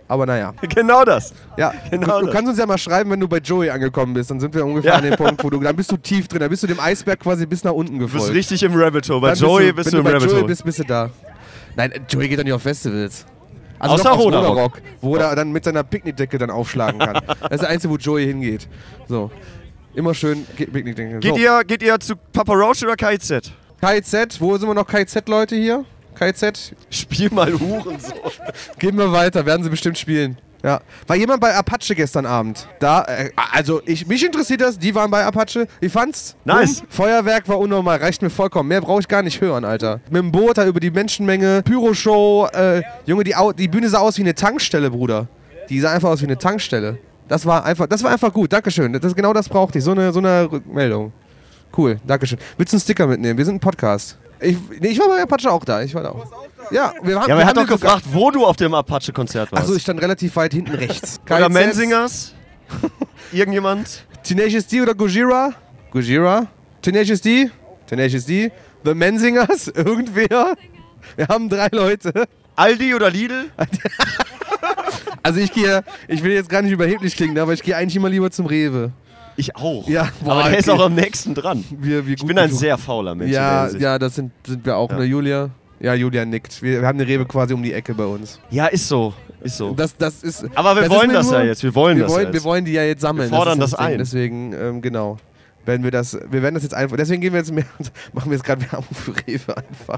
aber naja. Genau das. Ja, Genau du, du das. kannst uns ja mal schreiben, wenn du bei Joey angekommen bist. Dann sind wir ungefähr Ja. an dem Punkt, wo du, dann bist du tief drin. Dann bist du dem Eisberg quasi bis nach unten Du bist gefolgt. richtig im Rabbit Hole. Bei Dann Joey bist du wenn im du bei Rabbit Joey Hole. bist, bist du da. Nein, Joey geht doch nicht auf Festivals. Also Außer doch aufs Roderock. Roderock, wo er dann mit seiner Picknickdecke dann aufschlagen kann. Das ist der Einzige, wo Joey hingeht. So. Immer schön Ge- Picknickdecke. Geht, So. ihr, geht ihr zu Papa Roach oder K I Z? K I Z, wo sind wir noch K I Z-Leute hier? K I Z, Spiel mal Hurensohn. gehen wir weiter, werden sie bestimmt spielen. Ja. War jemand bei Apache gestern Abend? Da, äh, also ich, mich interessiert das, die waren bei Apache. Wie fand's? Nice. Bumm. Feuerwerk war unnormal, reicht mir vollkommen. Mehr brauche ich gar nicht hören, Alter. Mit dem Boot da über die Menschenmenge, Pyroshow, äh, Junge, die, Au die Bühne sah aus wie eine Tankstelle, Bruder. Die sah einfach aus wie eine Tankstelle. Das war einfach, das war einfach gut, Dankeschön. Das, genau das brauchte ich, so eine, so eine Rückmeldung. Cool, Dankeschön. Willst du einen Sticker mitnehmen? Wir sind ein Podcast. Ich, nee, ich war bei Apache auch da, ich war da auch. Ja, wir haben, Ja, aber wir er hat haben doch den sogar- gefragt, wo du auf dem Apache-Konzert warst. Achso, ich stand relativ weit hinten rechts. oder K I Z, Menzingers? Irgendjemand? Tenacious D oder Gojira? Gojira? Tenacious D? Tenacious D? The Menzingers? Irgendwer? Wir haben drei Leute. Aldi oder Lidl? Also ich gehe, ich will jetzt gar nicht überheblich klingen, aber ich gehe eigentlich immer lieber zum Rewe. Ich auch. Ja, aber boah, der ist okay. auch am nächsten dran. Wir, wir Ich bin ein sehr fauler Mensch. in der Ja, Hinsicht. ja, das sind, sind wir auch. Ja. Ne, Julia? Ja, Julia nickt. Wir, wir haben eine Rewe quasi um die Ecke bei uns. ja, ist so. Ist so. Das, das ist, Aber wir das wollen ist mir das nur, ja jetzt. Wir wollen Wir das wollen, jetzt. wir wollen die ja jetzt sammeln. Wir fordern ist das Ding. ein. Deswegen, ähm, genau. Werden wir das, wir werden das jetzt einfach, deswegen gehen wir jetzt mehr, machen wir jetzt gerade Werbung für Rewe einfach.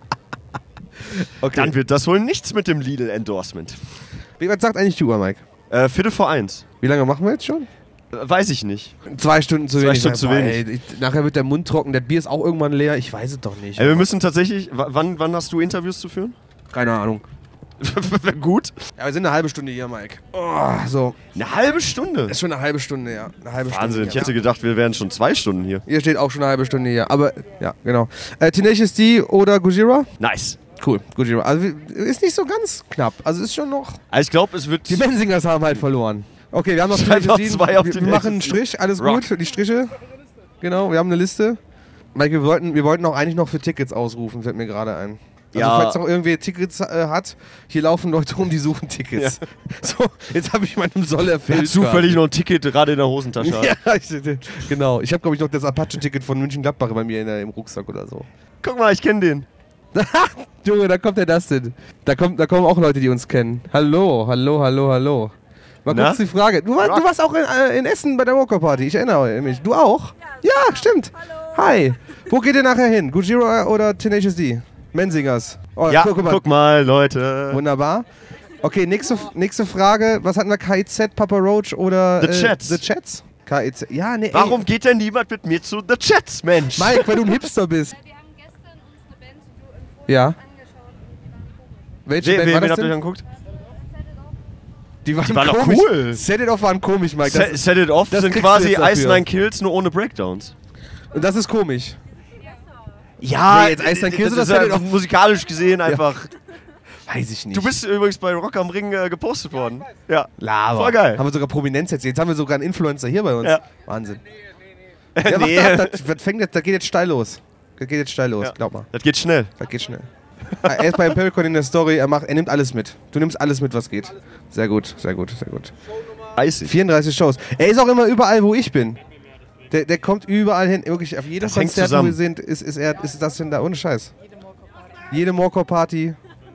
Okay. Dann wird das wohl nichts mit dem Lidl-Endorsement. Wie was sagt eigentlich Tuba, Mike? Äh, Viertel vor eins. Wie lange machen wir jetzt schon? Äh, weiß ich nicht. Zwei Stunden zu Zwei wenig. Stunden zu Boah, wenig. Ey, ich, nachher wird der Mund trocken, der Bier ist auch irgendwann leer. Ich weiß es doch nicht. Ey, wir müssen tatsächlich. w- Wann, wann hast du Interviews zu führen? Keine Ahnung. Gut. Ja, wir sind eine halbe Stunde hier, Mike. Oh, so. Eine halbe Stunde. Ist schon eine halbe Stunde, ja. Eine halbe Wahnsinn. Stunde. Ich hätte gedacht, wir wären schon zwei Stunden hier. Hier steht auch schon eine halbe Stunde hier. Aber, ja, genau. Äh, Tenacious D oder Gojira? Nice. Cool, Gojira. Also, ist nicht so ganz knapp. Also, ist schon noch. Also ich glaube, es wird. Die Menzingers haben halt verloren. Okay, wir haben noch Schreib Tenacious noch D. zwei auf Wir, die wir machen einen Liste. Strich, alles Rock. gut. Die Striche. Genau, wir haben eine Liste. Mike, wir wollten, wir wollten auch eigentlich noch für Tickets ausrufen, fällt mir gerade ein. Also Ja. falls noch irgendwer Tickets äh, hat, hier laufen Leute rum, die suchen Tickets. So, jetzt habe ich meinem Soll Wer erfüllt. hat zufällig noch ein Ticket gerade in der Hosentasche hat. Ja, ich, genau. Ich habe, glaube ich, noch das Apache-Ticket von München-Gladbach bei mir in der, im Rucksack oder so. Guck mal, ich kenne den. Junge, da kommt der Dustin. Da, kommt, da kommen auch Leute, die uns kennen. Hallo, hallo, hallo, hallo. Mal Na? kurz die Frage. Du, war, du warst auch in, äh, in Essen bei der Walker-Party. Ich erinnere mich. Du auch? Ja, stimmt. Hi. Wo geht ihr nachher hin? Gojira oder Tenacious D? Menzingers. Oh, Ja, guck, guck mal. mal, Leute. Wunderbar. Okay, nächste, nächste Frage. Was hatten wir? K I Z, Papa Roach oder The Chats. The Chats? K I Z. Ja, nee. Warum geht denn niemand mit mir zu The Chats, Mensch? Ey. Mike, weil du ein Hipster bist. Wir haben gestern uns eine Band zu Do and Go Ja. angeschaut. Welche We Band wen war wen das habt ihr denn? angeguckt? Die waren, Die waren doch komisch. cool. Set It Off waren komisch, Mike. Set, Das, Set It Off das sind kriegst du quasi jetzt dafür. Ice Nine Kills, nur ohne Breakdowns. und das ist komisch. Ja, Nee, jetzt Ice Nine Kills das oder ist Set ja It Off? musikalisch gesehen einfach. Weiß ich nicht. Du bist übrigens bei Rock am Ring äh, gepostet worden. Ja. Lava. Voll geil. Haben wir sogar Prominenz jetzt. Jetzt haben wir sogar einen Influencer hier bei uns. Ja. Wahnsinn. Ja, nee. warte ab, das, das, fängt jetzt, das geht jetzt steil los. Das geht jetzt steil los, Ja. glaub mal. Das geht schnell. Das geht schnell. Er ist bei Empiricon in der Story, er, macht, er nimmt alles mit. Du nimmst alles mit, was geht. Sehr gut, sehr gut, sehr gut. dreißig. vierunddreißig Shows. Er ist auch immer überall, wo ich bin. Der, der kommt überall hin. Wirklich, auf jedem Das hängt Konzert, wo zusammen. wir sind, ist, ist, er, ist das denn da, ohne Scheiß. Jede Morcor-Party.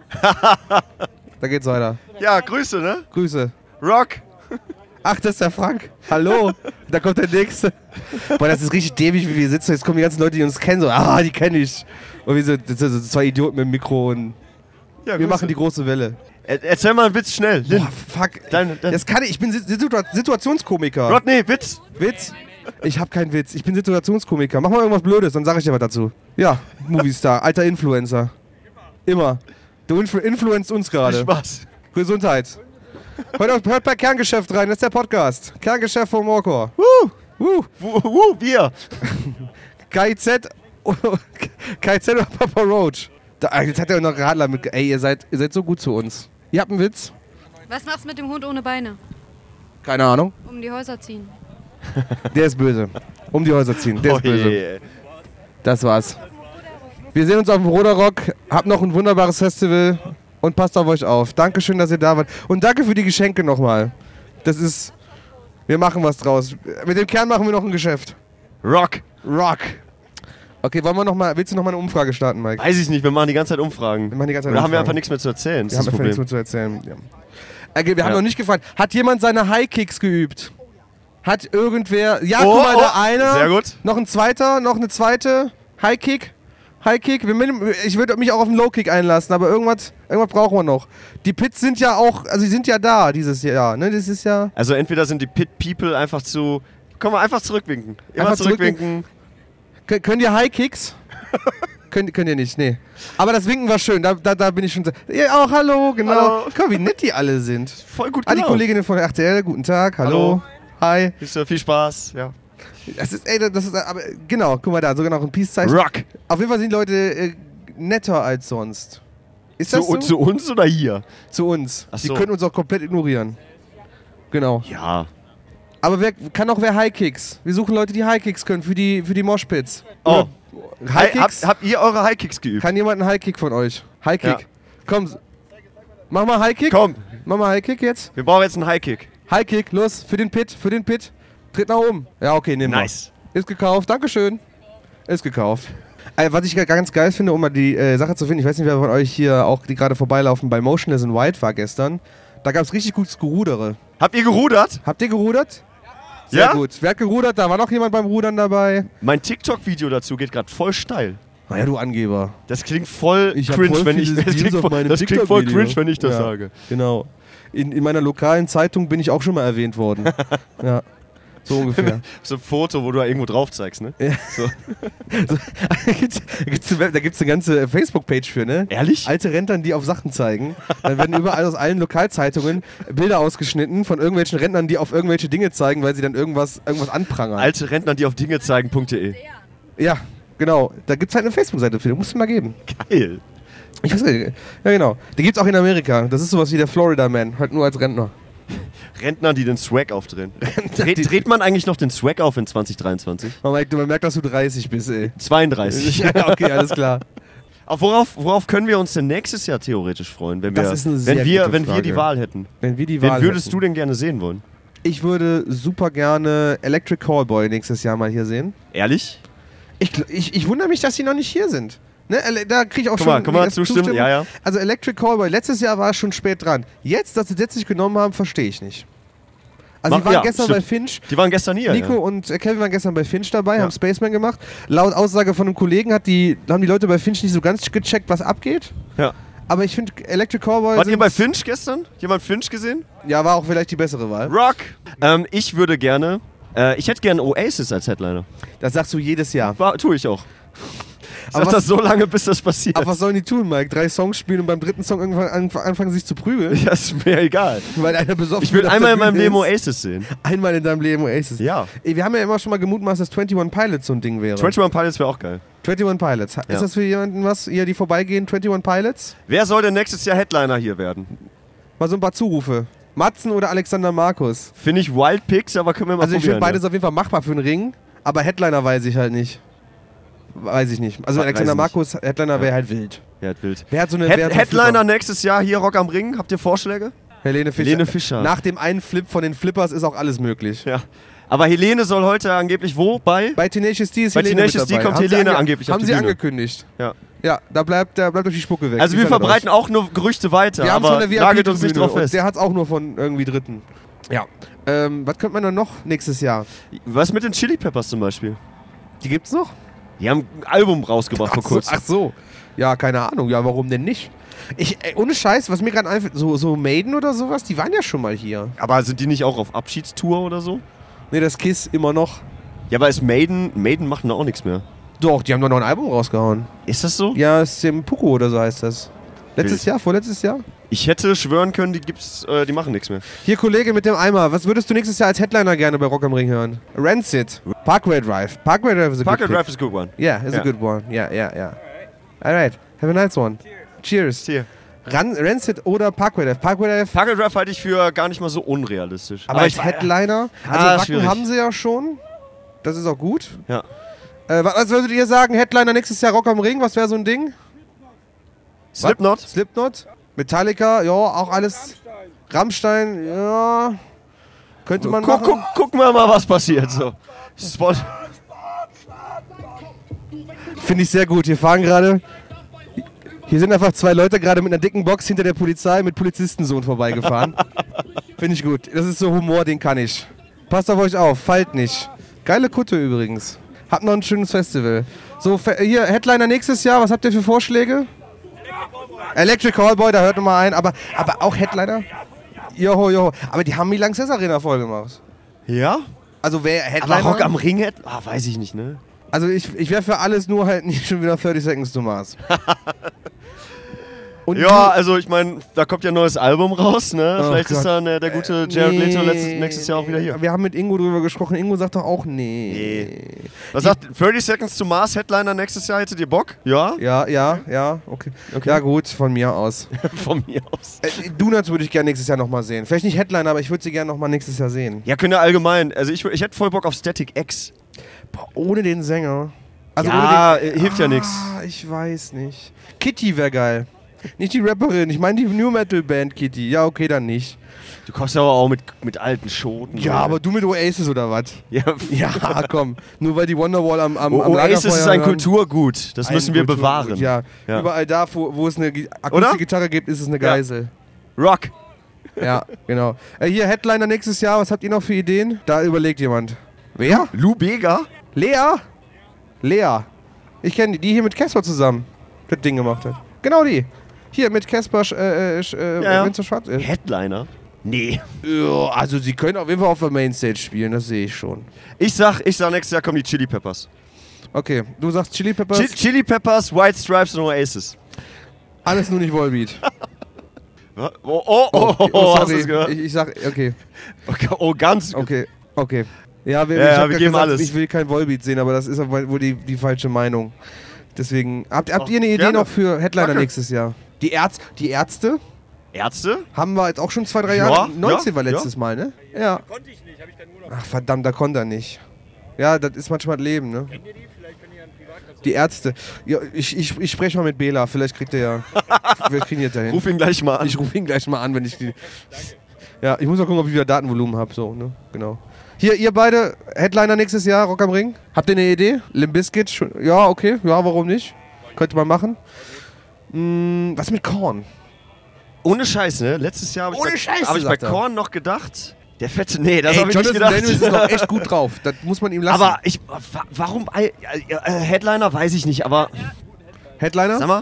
Da geht's weiter. Ja, Grüße, ne? Grüße. Rock. Ach, das ist der Frank. Hallo. Da kommt der Nächste. Boah, das ist richtig dämlich, wie wir sitzen. Jetzt kommen die ganzen Leute, die uns kennen, so, ah, die kenne ich. Und wir sind so, so zwei Idioten mit dem Mikro und Ja, wir Grüße. machen die große Welle. Er, erzähl mal einen Witz schnell. Lin. Boah, fuck. Dein, dein, Das kann ich. Ich bin Situa Situationskomiker. Rodney, Witz. Witz? Ich hab keinen Witz. Ich bin Situationskomiker. Mach mal irgendwas Blödes, dann sag ich dir was dazu. Ja, Moviestar, alter Influencer. Immer. Du influ influenzt uns Viel gerade. Spaß. Gesundheit. Hört, hört bei Kerngeschäft rein, das ist der Podcast. Kerngeschäft von Morcor. Woo. Uh, Wuh, wuh, Bier. K I Z K I Z oder Papa Roach. Da, jetzt hat er noch Radler mit. Ey, ihr seid, ihr seid so gut zu uns. Ihr habt einen Witz? Was machst du mit dem Hund ohne Beine? Keine Ahnung. Um die Häuser ziehen. Der ist böse. Um die Häuser ziehen. Der ist Oh böse. je. Das war's. Wir sehen uns auf dem Roderock. Habt noch ein wunderbares Festival. und passt auf euch auf. Dankeschön, dass ihr da wart. Und danke für die Geschenke nochmal. Das ist... Wir machen was draus. Mit dem Kern machen wir noch ein Geschäft. Rock. Rock. Okay, wollen wir noch mal, willst du noch mal eine Umfrage starten, Mike? Weiß ich nicht, wir machen die ganze Zeit Umfragen. Wir machen die ganze Zeit Oder haben wir Umfragen. einfach nichts mehr zu erzählen? Das Wir ist haben das einfach nichts Problem. mehr zu erzählen. Ja. Okay, wir haben Ja. noch nicht gefragt. Hat jemand seine High-Kicks geübt? Hat irgendwer... Ja, Oh, guck mal, oh, der eine. sehr gut. Noch ein zweiter, noch eine zweite. High-Kick. High-Kick. Wir min- Ich würde mich auch auf einen Low-Kick einlassen, aber irgendwas, irgendwas brauchen wir noch. Die Pits sind ja auch... Also die sind ja da dieses Jahr, ne? Das ist ja... Also entweder sind die Pit People einfach zu... Komm mal, einfach zurückwinken. Immer Einfach zurückwinken. Kön- Könnt ihr High-Kicks? könnt, könnt ihr nicht, nee. Aber das Winken war schön, da, da, da bin ich schon... Ja, auch hallo, genau. Hallo. Guck mal, wie nett die alle sind. Voll gut Ah, die gelaunt. Kolleginnen von der R T L, guten Tag, hallo. Hallo. Hi. Ist ja viel Spaß, ja. Das ist, ey, das ist, aber genau, guck mal da, sogar noch ein Peace-Zeichen. Rock. Auf jeden Fall sind die Leute äh, netter als sonst. Ist Zu, das so? zu uns oder hier? Zu uns. Ach Die so. können uns auch komplett ignorieren. Genau. Ja. Aber wer kann auch wer High-Kicks? Wir suchen Leute, die High-Kicks können für die, für die Moshpits. Oh. Oder Hi, habt, High-Kicks? habt ihr eure High Kicks geübt? Kann jemand einen High-Kick von euch? High-Kick. Ja. Komm, mach mal High-Kick. Komm, Mach mal High-Kick jetzt. wir brauchen jetzt einen High Kick. High-Kick, los, für den Pit, für den Pit. Tritt nach oben. Ja, okay, nehmen wir. Nice. Ist gekauft, Dankeschön. Ist gekauft. Äh, was ich ganz geil finde, um mal die äh, Sache zu finden, ich weiß nicht, wer von euch hier auch, die gerade vorbeilaufen, bei Motionless in White war gestern. Da gab es richtig gutes Gerudere. Habt ihr gerudert? Habt ihr gerudert? Sehr Ja? gut. Wer hat gerudert? Da war noch jemand beim Rudern dabei. Mein TikTok-Video dazu geht gerade voll steil. Naja, du Angeber. Das klingt voll Ich hab cringe, voll wenn ich viele das Views klingt auf voll, meinem das klingt voll TikTok-Video. cringe, wenn ich das Ja. sage. Genau. In, in meiner lokalen Zeitung bin ich auch schon mal erwähnt worden. Ja, so ungefähr. So ein Foto, wo du da irgendwo drauf zeigst, ne? Ja. So. So, da gibt's, da gibt's eine, da gibt's eine ganze Facebook-Page für, ne? Ehrlich? Alte Rentnern, die auf Sachen zeigen. Dann werden überall aus allen Lokalzeitungen Bilder ausgeschnitten von irgendwelchen Rentnern, die auf irgendwelche Dinge zeigen, weil sie dann irgendwas, irgendwas anprangern. Alte Rentner, die auf Dinge zeigen.de. Ja, genau. Da gibt's halt eine Facebook-Seite für, die musst du mal geben. Geil. Ich weiß nicht. Ja, genau. Die gibt's auch in Amerika. Das ist sowas wie der Florida Man, halt nur als Rentner. Rentner, die den Swag aufdrehen. Dreht, dreht man eigentlich noch den Swag auf in zwanzig dreiundzwanzig? Man merkt, man merkt, dass du dreißig bist, ey. zweiunddreißig. Ja, okay, alles klar. Auf worauf, worauf können wir uns denn nächstes Jahr theoretisch freuen, wenn wir, Das ist eine sehr wenn wir, gute wenn wir Frage. die Wahl hätten? Wenn wir die Wen Wahl würdest hätten. du denn gerne sehen wollen? Ich würde super gerne Electric Callboy nächstes Jahr mal hier sehen. Ehrlich? Ich, gl- ich, ich wundere mich, dass die noch nicht hier sind. Ne, ele- da kriege ich auch Guck schon mal, guck mal, die erste zustimmen. Zustimmung. Ja, ja. Also Electric Callboy, letztes Jahr war es schon spät dran. Jetzt, dass sie jetzt nicht genommen haben, verstehe ich nicht. Also Mach- die waren ja, gestern stimmt. bei Finch. Die waren gestern hier. Nico ja. und äh, Kevin waren gestern bei Finch dabei, Ja. haben Spaceman gemacht. Laut Aussage von einem Kollegen hat die, haben die Leute bei Finch nicht so ganz gecheckt, was abgeht. Ja. Aber ich finde Electric Callboy Wart ihr sind- bei Finch gestern? Jemand Finch gesehen? Ja, war auch vielleicht die bessere Wahl. Rock! Ähm, ich würde gerne, äh, ich hätte gerne Oasis als Headliner. Das sagst du jedes Jahr. War, tue ich auch. Ich Aber sag was- das so lange, bis das passiert. Aber was sollen die tun, Mike? Drei Songs spielen und beim dritten Song irgendwann anf- anfangen sich zu prügeln? Ja, ist mir egal. Weil einer besoffen Ich will auf einmal der in meinem Bühne Leben ist. Oasis sehen. Einmal in deinem Leben Oasis. Ja. Ey, wir haben ja immer schon mal gemutmaßt, dass einundzwanzig Pilots so ein Ding wäre. einundzwanzig Pilots wäre auch geil. einundzwanzig Pilots. Ja. Ist das für jemanden was, hier die vorbeigehen, einundzwanzig Pilots? Wer soll denn nächstes Jahr Headliner hier werden? Mal so ein paar Zurufe. Matzen oder Alexander Markus? Finde ich Wild Picks, aber können wir mal Also ich finde probieren. beides auf jeden Fall machbar für einen Ring, aber Headliner weiß ich halt nicht. Weiß ich nicht. Also Weiß Alexander ich Markus, Headliner wäre halt wild. ja. Ja, hat wild. Wer hat so eine Head wer hat so einen Headliner Flipper? nächstes Jahr hier Rock am Ring. Habt ihr Vorschläge? Helene Fischer. Helene Fischer. Nach dem einen Flip von den Flippers ist auch alles möglich. Ja. Aber Helene soll heute angeblich wo? Bei? Bei Tenacious D ist Bei Helene Tenacious mit D dabei. kommt Haben sie Helene ange- angeblich auf Haben die sie Bühne. angekündigt. Ja. Ja, da bleibt, da bleibt euch die Spucke weg. Also Die wir ist ja verbreiten auch nur Gerüchte weiter, Wir haben aber von der V I nagelt uns nicht P-Tribüne drauf und fest. der hat es auch nur von irgendwie Dritten. Ja. Ähm, was könnte man dann noch nächstes Jahr? Was mit den Chili Peppers zum Beispiel? Die gibt's noch? Die haben ein Album rausgebracht vor Ach so, kurzem. ach so. Ja, keine Ahnung. Ja, warum denn nicht? Ich, ey, ohne Scheiß, was mir gerade einfällt, so, so Maiden oder sowas, die waren ja schon mal hier. Aber sind die nicht auch auf Abschiedstour oder so? Ne, das Kiss immer noch. Ja, aber ist Maiden, Maiden machen da auch nichts mehr. Doch, die haben doch noch ein Album rausgehauen. Ist das so? Ja, ist im Puko oder so heißt das. Letztes Wild. Jahr, vorletztes Jahr? Ich hätte schwören können, die gibt's, äh, die machen nichts mehr. Hier, Kollege mit dem Eimer, was würdest du nächstes Jahr als Headliner gerne bei Rock am Ring hören? Rancid, Parkway Drive. Parkway Drive is a Parker good pick. Drive is a good one. Yeah, it's Ja. a good one. Yeah, yeah, yeah. Alright, have a nice one. Cheers. Hier. Ran Rancid oder Parkway Drive? Parkway Drive, Parker Drive halte ich für gar nicht mal so unrealistisch. aber als Headliner, also Ah, Wacken schwierig. haben sie ja schon. Das ist auch gut. Ja. Äh, was was würdet ihr sagen, Headliner nächstes Jahr Rock am Ring? Was wäre so ein Ding? Slipknot? Slipknot? Metallica, ja, auch alles. Rammstein, ja. Könnte man Guck, machen. guck, gucken wir mal, was passiert. So. Spot. Finde ich sehr gut. Hier fahren gerade. Hier sind einfach zwei Leute gerade mit einer dicken Box hinter der Polizei mit Polizistensohn vorbeigefahren. Finde ich gut. Das ist so Humor, den kann ich. Passt auf euch auf, fallt nicht. Geile Kutte übrigens. Habt noch ein schönes Festival. So, hier, Headliner nächstes Jahr, was habt ihr für Vorschläge? Electric Callboy, da hört nochmal ein. Aber, aber auch Headliner? Joho, joho. Aber die haben Milan Cess Arena voll gemacht. Ja? Also wer Headliner... Aber Rock am Ring hätte... Ah, weiß ich nicht, ne? Also ich, ich wäre für alles, nur halt nicht schon wieder thirty Seconds to Mars. Und Ja, also ich meine, da kommt ja ein neues Album raus, ne? Oh Vielleicht Gott. ist dann äh, der gute Jared Nee. Leto letztes, nächstes Jahr auch wieder hier. Wir haben mit Ingo drüber gesprochen. Ingo sagt doch auch nee. Nee. Was sagt thirty Seconds to Mars Headliner nächstes Jahr? Hättet ihr Bock? Ja? Ja, ja, ja, okay. Okay. Ja gut, von mir aus. Von mir aus. Äh, Donuts würde ich gerne nächstes Jahr nochmal sehen. Vielleicht nicht Headliner, aber ich würde sie gerne nochmal nächstes Jahr sehen. Ja, könnt ihr allgemein. Also ich, ich hätte voll Bock auf Static X. Boah, ohne den Sänger. Also Ja, ohne den, äh, hilft ja nix. Ah, ich weiß nicht. Kitty wäre geil. Nicht die Rapperin, ich meine die New Metal Band Kitty. Ja, okay, dann nicht. Du kommst ja aber auch mit, mit alten Schoten. Ja, Leute. aber du mit Oasis oder was? Ja, Ja, komm. Nur weil die Wonderwall am, am, O- am Oasis Lagerfeuer ist ein hören. Kulturgut. Das Ein müssen wir Kulturgut, bewahren. Ja. Ja. Überall da, wo, wo es eine Gi- Oder? Akustikgitarre gibt, ist es eine Geisel. Rock. Ja, genau. Äh, hier, Headliner nächstes Jahr, was habt ihr noch für Ideen? Da überlegt jemand. Wer? Lou Bega? Lea? Lea. Ich kenne die, die hier mit Casper zusammen das Ding gemacht hat. Genau die. Hier mit Casper, Sch- äh, Sch- äh, Ja, ja. Winzer Schwarz. Äh, Headliner? Nee. ja, also sie können auf jeden Fall auf der Mainstage spielen, das sehe ich schon. Ich sag, ich sag, nächstes Jahr kommen die Chili Peppers. Okay, du sagst Chili Peppers, Chi- Chili Peppers, White Stripes und Oasis. alles nur nicht Volbeat. Oh, oh, oh, oh, Okay, oh, hast du sorry. das gehört? Ich, ich sag, okay, Okay, oh, ganz. okay, okay. Ja, wir, Ja, ich ja, hab wir ja geben gesagt, alles. ich will kein Volbeat sehen, aber das ist aber wohl die, die falsche Meinung. Deswegen, habt, habt Oh, ihr eine Idee gerne. noch für Headliner Danke. nächstes Jahr? Die, Ärz, die Ärzte Ärzte? haben wir jetzt auch schon zwei, drei Ja, Jahre. neunzehn ja, war letztes Mal, ne? Ja. Konnte ich nicht, habe ich keinen Urlaub. Ach verdammt, da konnte er nicht. Ja, das ist manchmal das Leben, ne? Kennt ihr die? Vielleicht können die ja ein Privatkonzert. Die Ärzte. Ja, ich, ich, ich spreche mal mit Bela, vielleicht kriegt er ja. Wir kriegen das dahin. Ruf ihn gleich mal an. Ich rufe ihn gleich mal an, wenn ich die. Ja, ich muss mal gucken, ob ich wieder Datenvolumen habe. So, ne? Genau. Hier, ihr beide, Headliner nächstes Jahr, Rock am Ring. Habt ihr eine Idee? Limp Bizkit? schon- Ja, okay. Ja, warum nicht? Könnte man machen. Hm, was mit Korn? Ohne Scheiß, ne? Letztes Jahr habe ich, Ohne bei- Scheiße, hab ich bei sagt er. Korn noch gedacht. Der fette. Nee, das Ey, habe ich nicht Jonathan gedacht. Daniels ist noch echt gut drauf. Das muss man ihm lassen. aber ich. wa- Warum. Äh, äh, Headliner weiß ich nicht, aber. Headliner? Sag mal.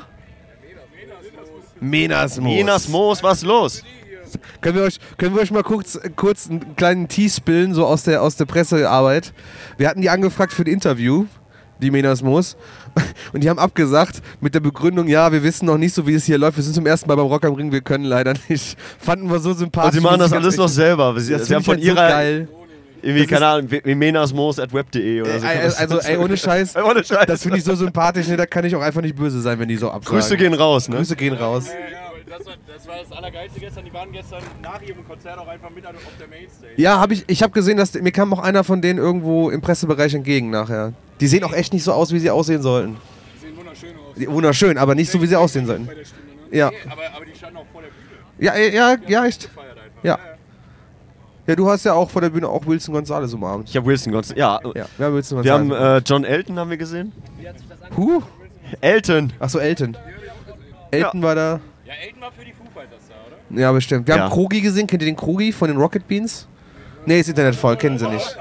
Menas Moos. Minas Moos, was ist los? Können wir euch, können wir euch mal kurz, kurz einen kleinen Tee spillen, so aus der, aus der Pressearbeit? Wir hatten die angefragt für ein Interview, die Menas Moos, und die haben abgesagt mit der Begründung, ja, wir wissen noch nicht so, wie es hier läuft, wir sind zum ersten Mal beim Rock am Ring, wir können leider nicht. Fanden wir so sympathisch. Und sie machen muss das ich ganz alles noch ehrlich- selber. Sie, Das sie haben find von ich halt ihrer. so geil. Irgendwie, Das keine Ahnung, menasmoos at web punkt de oder so. Ey, also, ey, ohne Scheiß, Ohne Scheiß. das finde ich so sympathisch, ne, da kann ich auch einfach nicht böse sein, wenn die so absagen. Grüße gehen raus, ne? Grüße gehen raus. Das war, das war das Allergeilste gestern. Die waren gestern nach ihrem Konzert auch einfach mit auf der Mainstage. Ja, hab ich, ich habe gesehen, dass mir kam auch einer von denen irgendwo im Pressebereich entgegen nachher. Die sehen auch echt nicht so aus, wie sie aussehen sollten. Die sehen wunderschön aus. Die- Wunderschön, aber nicht so, wie sie aussehen sollten. Bei der Stimme, ne? Ja. Nee, aber, aber die standen auch vor der Bühne. Ja, ja, ja, echt. Feiert einfach. Ja. Ja, du hast ja auch vor der Bühne auch Wilson Gonzalez umarmt. Ich habe Wilson Gonzalez. Ja. Ja, wir haben Wilson Wir haben Gonzalez. äh, John Elton haben wir gesehen. Huh? Elton. Achso, Elton. Elton war da. Ja, Elton war für die Foo Fighters da, oder? Ja, bestimmt. Wir Ja. haben Krogi gesehen. Kennt ihr den Krogi von den Rocket Beans? Nee, ist Internet voll. Kennen sie nicht.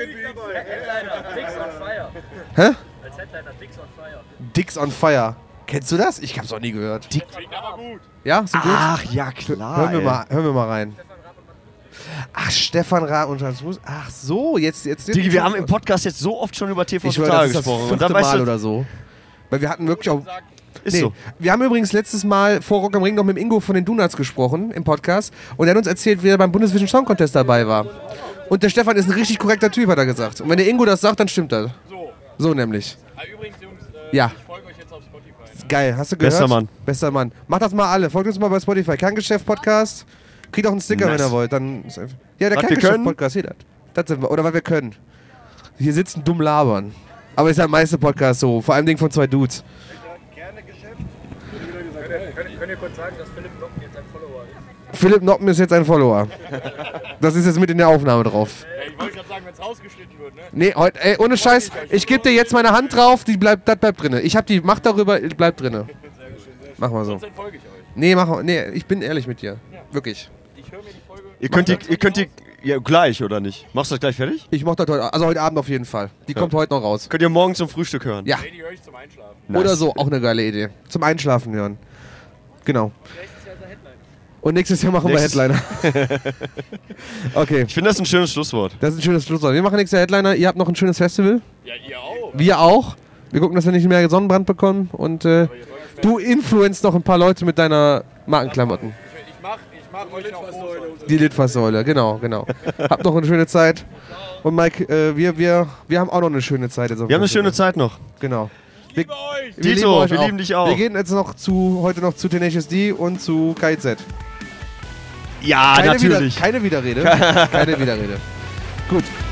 Hä? Als Headliner Dicks on Fire. Dicks on Fire. Kennst du das? Ich hab's auch nie gehört. Klingt aber gut. Ja, ist gut? Ach ja, klar. Hören wir ey. mal, hören wir mal rein. Ach, Stefan Raab und Hans Mus. Ach so, jetzt. jetzt Digi, wir haben im Podcast jetzt so oft schon über T V Ich höre, Total das ist das gesprochen. fünfte Und dann weißt Mal du, oder so. Weil wir hatten wirklich auch. ist Nee, so. wir haben übrigens letztes Mal vor Rock am Ring noch mit dem Ingo von den Donuts gesprochen im Podcast und er hat uns erzählt, wie er beim Bundesvision Song Contest dabei war. Und der Stefan ist ein richtig korrekter Typ, hat er gesagt. Und wenn der Ingo das sagt, dann stimmt das. So. So nämlich. Ah, übrigens, Jungs, äh, Ja. ich folge euch jetzt auf Spotify. Ne? Geil, hast du gehört? Bester Mann. Bester Mann. Macht das mal alle. Folgt uns mal bei Spotify. Kerngeschäft-Podcast. Kriegt auch einen Sticker, Nice. wenn ihr wollt. Dann ist einfach ja, der Was wir können? Kerngeschäft-Podcast. Hier, das. Das sind wir. Oder was wir können. Hier sitzen dumm labern. Aber ist ja der meiste Podcast so. Vor allem Ding von zwei Dudes. Gerne Geschäft. könnt ihr kurz sagen, dass Philipp Noppen jetzt ein Follower ist? Philipp Noppen ist jetzt ein Follower. Das ist jetzt mit in der Aufnahme drauf. Äh, ich wollte gerade sagen, wenn es rausgeschnitten wird, ne? Nee, heute, ey, ohne Scheiß, ich gebe dir jetzt meine Hand drauf, die bleibt, das bleibt drinne. Ich habe die Macht darüber, bleibt drinne. Mach mal so. Sonst entfolge ich euch. Nee, mach, nee, ich bin ehrlich mit dir. Wirklich. Ich höre mir die Folge... Ihr könnt die, ihr könnt die ja, gleich, oder nicht? Machst du das gleich fertig? Ich mach das heute, also heute Abend auf jeden Fall. Die kommt heute noch raus. Könnt ihr morgen zum Frühstück hören? Ja. Nee, die höre ich zum Einschlafen. Oder so, auch eine geile Idee. Zum Einschlafen hören. Genau. Und nächstes Jahr machen Nächstes- wir Headliner. Okay, Ich finde das ein schönes Schlusswort. das ist ein schönes Schlusswort. Wir machen nächstes Jahr Headliner. Ihr habt noch ein schönes Festival. Ja, ihr auch. Wir auch. Wir gucken, dass wir nicht mehr Sonnenbrand bekommen. Und äh, du influenzt noch ein paar Leute mit deiner Markenklamotten. Ich mach, ich mach euch noch Groß. Die Litfaßsäule, genau, genau. Habt noch eine schöne Zeit. Und Mike, äh, wir, wir, wir haben auch noch eine schöne Zeit. Jetzt auf Wir haben eine Festival. schöne Zeit noch. Genau. Wir, Liebe euch! wir Dito, lieben euch wir auch. lieben dich auch. Wir gehen jetzt noch zu, heute noch zu Tenacious D und zu K I Z. Ja, Keine natürlich. Wieder, keine Widerrede. Keine Widerrede. Gut.